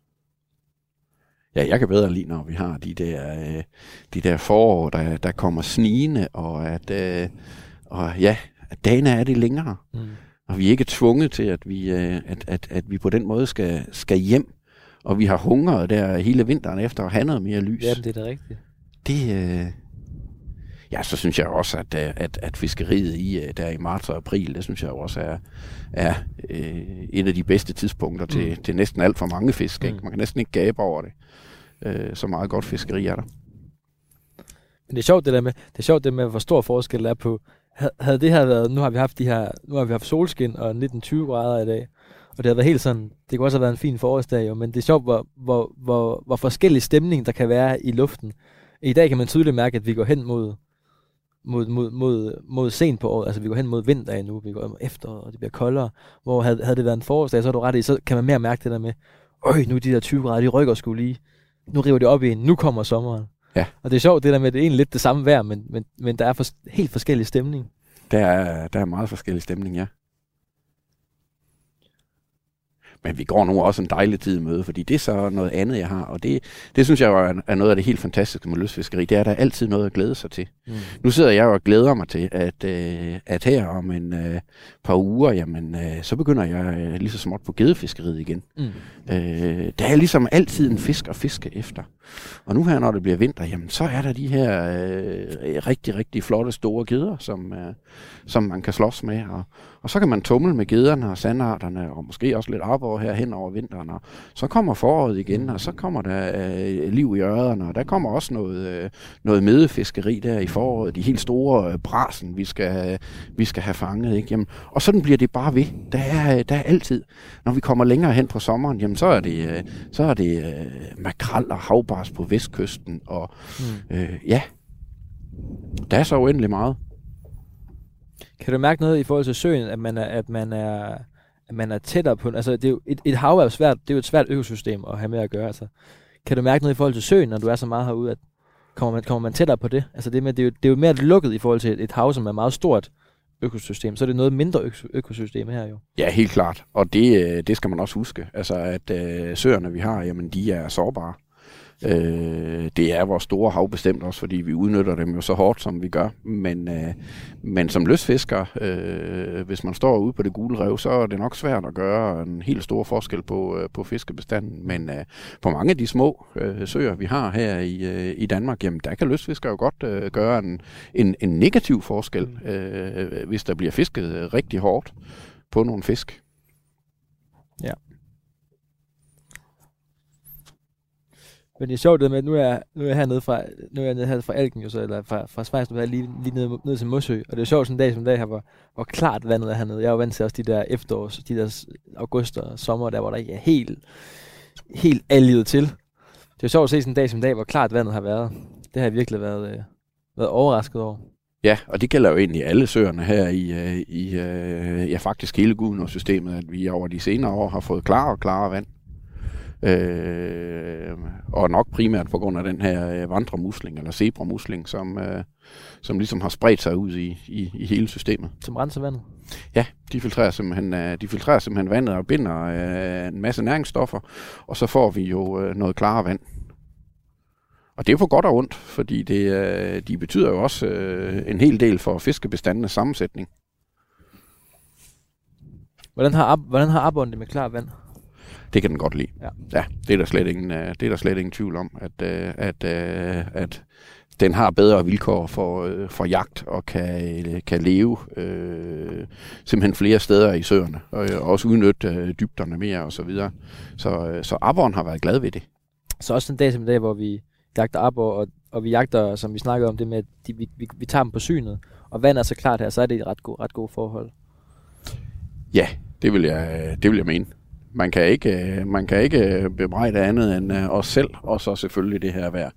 Ja, jeg kan bedre lide, når vi har de der, øh, de der forår, der, der kommer snigende, og at, øh, og ja, at dagene er det længere. Mm. Og vi er ikke tvunget til, at vi, øh, at, at, at vi på den måde skal, skal hjem, og vi har hungret der hele vinteren efter at have noget mere lys. Ja, det er da rigtigt. Det, øh, ja, så synes jeg også, at, at, at fiskeriet i, der i marts og april, det synes jeg også er, er øh, et af de bedste tidspunkter til, mm. til næsten alt for mange fisk. Mm. Ikke? Man kan næsten ikke gabe over det. Øh, så meget godt fiskeri er der. Men det er sjovt det der med, det er sjovt det med, hvor stor forskel der er på, havde det her været, nu har vi haft de her, nu har vi haft solskin og nitten tyve grader i dag, og det har været helt sådan, det kunne også have været en fin forårsdag jo, men det er sjovt, hvor, hvor, hvor, hvor forskellig stemning der kan være i luften. I dag kan man tydeligt mærke, at vi går hen mod, mod, mod, mod, mod sent på året, altså vi går hen mod vinter nu, vi går mod efteråret, og det bliver koldere, hvor havde, havde det været en forårsdag, så er du ret i, så kan man mere mærke det der med, øj, nu de der tyve grader, de rykker sgu lige, nu river det op i en, nu kommer sommeren. Ja. Og det er sjovt det der med, det er egentlig lidt det samme vejr, men, men, men der er for, helt forskellig stemning. Der er, der er meget forskellig stemning, ja. Men vi går nu også en dejlig tid i møde, fordi det er så noget andet, jeg har. Og det, det synes jeg er, er noget af det helt fantastiske med lystfiskeri. Det er, der er altid noget at glæde sig til. Mm. Nu sidder jeg og glæder mig til, at, øh, at her om en øh, par uger, jamen, øh, så begynder jeg øh, lige så småt på gedefiskeriet igen. Mm. Øh, der er ligesom altid en fisk at fiske efter. Og nu her, når det bliver vinter, jamen, så er der de her øh, rigtig, rigtig flotte store geder, som, øh, som man kan slås med. Og, og så kan man tumle med gederne og sandarterne, og måske også lidt arbor her hen over vinteren. Og så kommer foråret igen, og så kommer der øh, liv i ørrederne, og der kommer også noget, øh, noget medefiskeri der i foråret. De helt store øh, brasen, vi skal, vi skal have fanget. Ikke? Jamen, og sådan bliver det bare ved. Der er, der er altid. Når vi kommer længere hen på sommeren, jamen, så er det, øh, så er det øh, makrel og havbars på vestkysten. Og mm. øh, ja, der er så uendelig meget. Kan du mærke noget i forhold til søen, at man er, at man er, at man er tættere på, altså det er jo, et, et hav er jo svært, det er jo et svært økosystem at have med at gøre, altså. Kan du mærke noget i forhold til søen, når du er så meget herude, at kommer man, kommer man tættere på det? Altså det, med, det, er jo, det er jo mere lukket i forhold til et, et hav, som er meget stort økosystem, så er det noget mindre ø- økosystem her jo. Ja, helt klart, og det, det skal man også huske, altså at øh, søerne vi har, jamen de er sårbare. Øh, det er vores store hav bestemt også, fordi vi udnytter dem jo så hårdt, som vi gør. Men, øh, men som lystfisker, øh, hvis man står ude på det gule rev, så er det nok svært at gøre en helt stor forskel på, øh, på fiskebestanden. Men øh, på mange af de små øh, søer, vi har her i, øh, i Danmark, jamen, der kan lystfiskere jo godt øh, gøre en, en, en negativ forskel, øh, hvis der bliver fisket rigtig hårdt på nogle fisk. Ja. Men det er sjovt det med, at nu er jeg, nu er jeg hernede fra, nu er jeg nede her fra Alken, jo så, eller fra, fra Schweiz, nu er jeg lige, lige nede, nede til Mossø, og det er sjovt sådan en dag som dag her, hvor, hvor klart vandet er hernede. Jeg er jo vant til også de der efterårs, de der august og sommer, der hvor der ikke er helt, helt allivet til. Det er sjovt at se sådan en dag som dag, hvor klart vandet har været. Det har jeg virkelig været, øh, været overrasket over. Ja, og det gælder jo egentlig alle søerne her i, øh, i øh, ja, faktisk hele Gudenåsystemet, at vi over de senere år har fået klarere og klarere vand. Øh, og nok primært på grund af den her øh, vandremusling, eller zebramusling, som, øh, som ligesom har spredt sig ud i, i, i hele systemet. Som renser vandet? Ja, de filtrerer simpelthen, øh, de filtrerer simpelthen vandet og binder øh, en masse næringsstoffer, og så får vi jo øh, noget klarere vand. Og det er på godt og ondt, fordi det, øh, de betyder jo også øh, en hel del for fiskebestandenes sammensætning. Hvordan har, hvordan har Aborren det med klar vand? Det kan den godt lide. Ja, ja det er der slet ingen, det er der slet ingen tvivl om, at, at, at, at den har bedre vilkår for, for jagt og kan, kan leve øh, simpelthen flere steder i søerne, og også udnytte dybderne mere og så videre. Så, så Aborren har været glad ved det. Så også en dag som i dag, hvor vi jagter abor, og, og vi jagter, som vi snakkede om, det med, at de, vi, vi, vi tager dem på synet, og vandet er så klart her, så er det et ret god, ret god forhold. Ja, det vil jeg, det vil jeg mene. Man kan ikke, man kan ikke bebrejde andet end os selv, og så selvfølgelig det her vejr.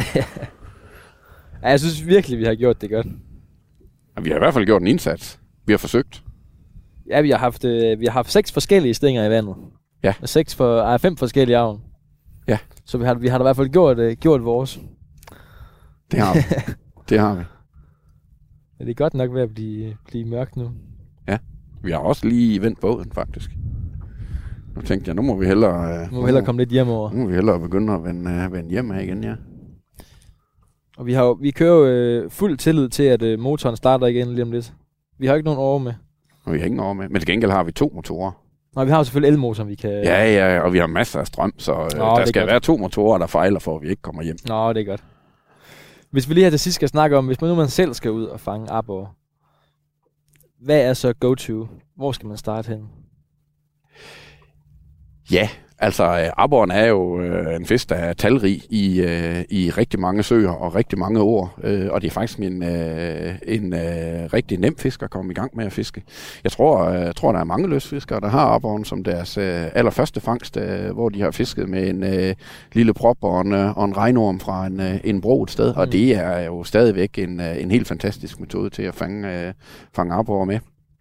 Ja, jeg synes virkelig, vi har gjort det godt. Vi har i hvert fald gjort en indsats. Vi har forsøgt. Ja, vi har haft, øh, vi har haft seks forskellige stænger i vandet. Ja. Seks for, ej, fem forskellige avn. Ja. Så vi har, vi har da i hvert fald gjort, øh, gjort vores. Det har vi. Det har vi. Ja, det er godt nok ved at blive, blive mørkt nu. Ja, vi har også lige vendt båden, faktisk. Nu tænkte jeg, nu må vi hellere... Nu må vi hellere komme lidt hjem over. Nu må vi hellere begynde at vende, vende hjem her igen, ja. Og vi, har jo, vi kører jo øh, fuld tillid til, at øh, motoren starter igen lige om lidt. Vi har ikke nogen over med. Og vi har ingen over med. Men til gengæld har vi to motorer. Nå, vi har jo selvfølgelig elmotoren, vi kan... Ja, ja, og vi har masser af strøm, så øh, Nå, der skal godt. være to motorer, der fejler, for at vi ikke kommer hjem. Nå, det er godt. Hvis vi lige her til sidst skal snakke om, hvis man nu man selv skal ud og fange abor, hvad er så go-to? Hvor skal man starte hen? Ja, altså aborren er jo øh, en fisk, der er talrig i, øh, i rigtig mange søer og rigtig mange år, øh, og det er faktisk en, øh, en øh, rigtig nem fisk at komme i gang med at fiske. Jeg tror, øh, tror der er mange løsfiskere, der har aborren som deres øh, allerførste fangst, øh, hvor de har fisket med en øh, lille prop og en, øh, og en regnorm fra en, øh, en bro et sted, mm. og det er jo stadigvæk en, øh, en helt fantastisk metode til at fange, øh, fange aborrer med.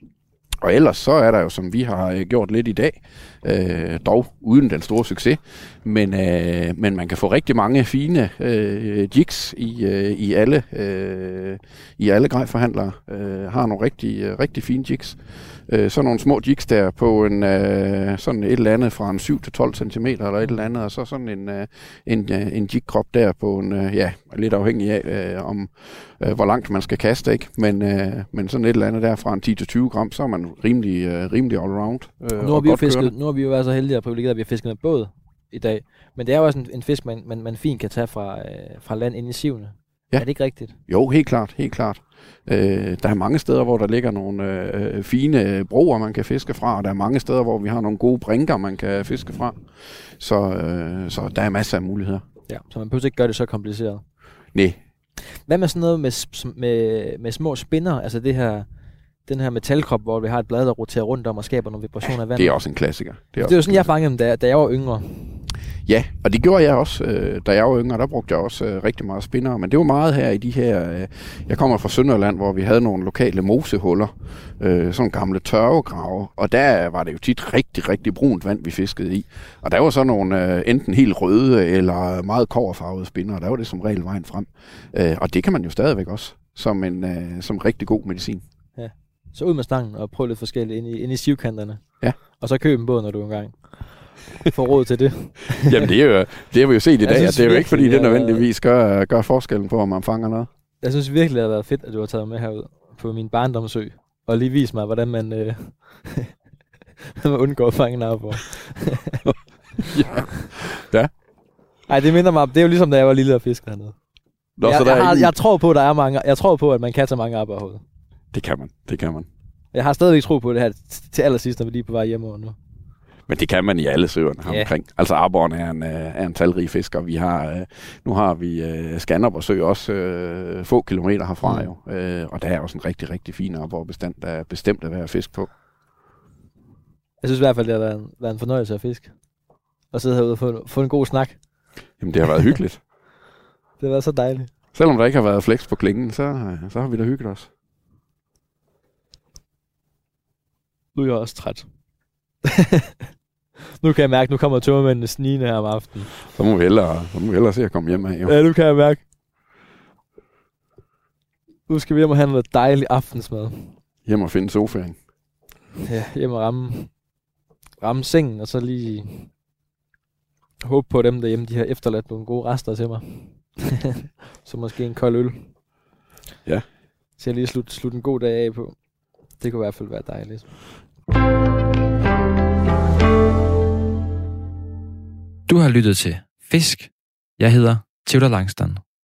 Og ellers så er der jo, som vi har øh, gjort lidt i dag, øh, dog uden den store succes, men, øh, men man kan få rigtig mange fine øh, jigs i, øh, i alle øh, i alle grejforhandlere. Øh, har nogle rigtig, øh, rigtig fine jigs. Øh, så nogle små jigs der på en, øh, sådan et eller andet fra en syv til tolv centimeter eller et eller andet, og så sådan en, øh, en, øh, en jigkrop der på en, øh, ja, lidt afhængig af, øh, om øh, hvor langt man skal kaste, ikke? Men, øh, men sådan et eller andet der fra en ti til tyve gram, så er man rimelig, øh, rimelig all-round. Øh, nu, har vi jo fisket, nu har vi jo været så heldige og privilegeret, at vi har fisket med båd i dag. Men det er jo også en, en fisk, man, man, man fint kan tage fra, øh, fra land ind i sivene. Ja. Er det ikke rigtigt? Jo, helt klart, helt klart. Øh, der er mange steder, hvor der ligger nogle øh, fine broer, man kan fiske fra, og der er mange steder, hvor vi har nogle gode brinker, man kan fiske fra. Så, øh, så der er masser af muligheder. Ja, så man behøver ikke gøre det så kompliceret. Nej. Hvad med sådan noget med, med, med små spinner? Altså det her, den her metalkrop, hvor vi har et blad, der roterer rundt om og skaber nogle vibrationer af vandet. Det er også en klassiker. Det er, det er jo sådan, jeg fangede dem, da, da jeg var yngre. Ja, og det gjorde jeg også, øh, da jeg var yngre. Der brugte jeg også øh, rigtig meget spinner. Men det var meget her i de her... Øh, jeg kommer fra Sønderland, hvor vi havde nogle lokale mosehuller. Øh, sådan gamle tørvegrave. Og der var det jo tit rigtig, rigtig brunt vand, vi fiskede i. Og der var så nogle øh, enten helt røde eller meget kobberfarvede spinner. Og der var det som regel vejen frem. Øh, og det kan man jo stadigvæk også som en øh, som rigtig god medicin. Ja. Så ud med stangen og prøv lidt forskelligt ind i, ind i sivkanterne. Ja. Og så køb en båd, når du engang får råd til det. Jamen det er jo, det har vi jo set i dag, synes, at det er jo ikke fordi, det det nødvendigvis gør, gør forskellen på, om man fanger noget. Jeg synes virkelig, det har været fedt, at du har taget med herud på min barndomsø, og lige vise mig, hvordan man, øh, man undgår at fange naboer. Ja. Ja. Ej, det minder mig om, det er jo ligesom, da jeg var lille og fiskede hernede. Nå, jeg, så der jeg, har, i... jeg tror på, der er mange, jeg tror på, at man kan tage mange aborrer herude. Det kan man, det kan man. Jeg har stadigvæk tro på det her til allersidst, når vi lige er på vej hjemover nu. Men det kan man i alle søerne her ja. omkring. Altså aborren er en, er en talrig fisk, og vi har, nu har vi uh, Skanderborg Sø også uh, få kilometer herfra, mm. jo. Uh, og der er også en rigtig, rigtig fin aborbestand, der er bestemt at være fisk på. Jeg synes i hvert fald, det har været en, været en fornøjelse at fiske. Og sidde herude og få, få en god snak. Jamen, det har været hyggeligt. Det har været så dejligt. Selvom der ikke har været flex på klingen, så, så har vi da hygget os. Nu er jeg også træt. Nu kan jeg mærke, nu kommer tømmermændene snigende her om aftenen. Så må vi hellere, så må vi hellere se at komme hjem af. Jo. Ja, nu kan jeg mærke. Nu skal vi hjem og have noget dejlig aftensmad. Hjem og finde sofaen. Ja, hjem og ramme, ramme sengen, og så lige håbe på, at dem derhjemme, de har efterladt nogle gode rester til mig. Så måske en kold øl. Ja. Så jeg lige slutte slut en god dag af på. Det kunne i hvert fald være dejligt. Du har lyttet til Fisk. Jeg hedder Theodor Langston.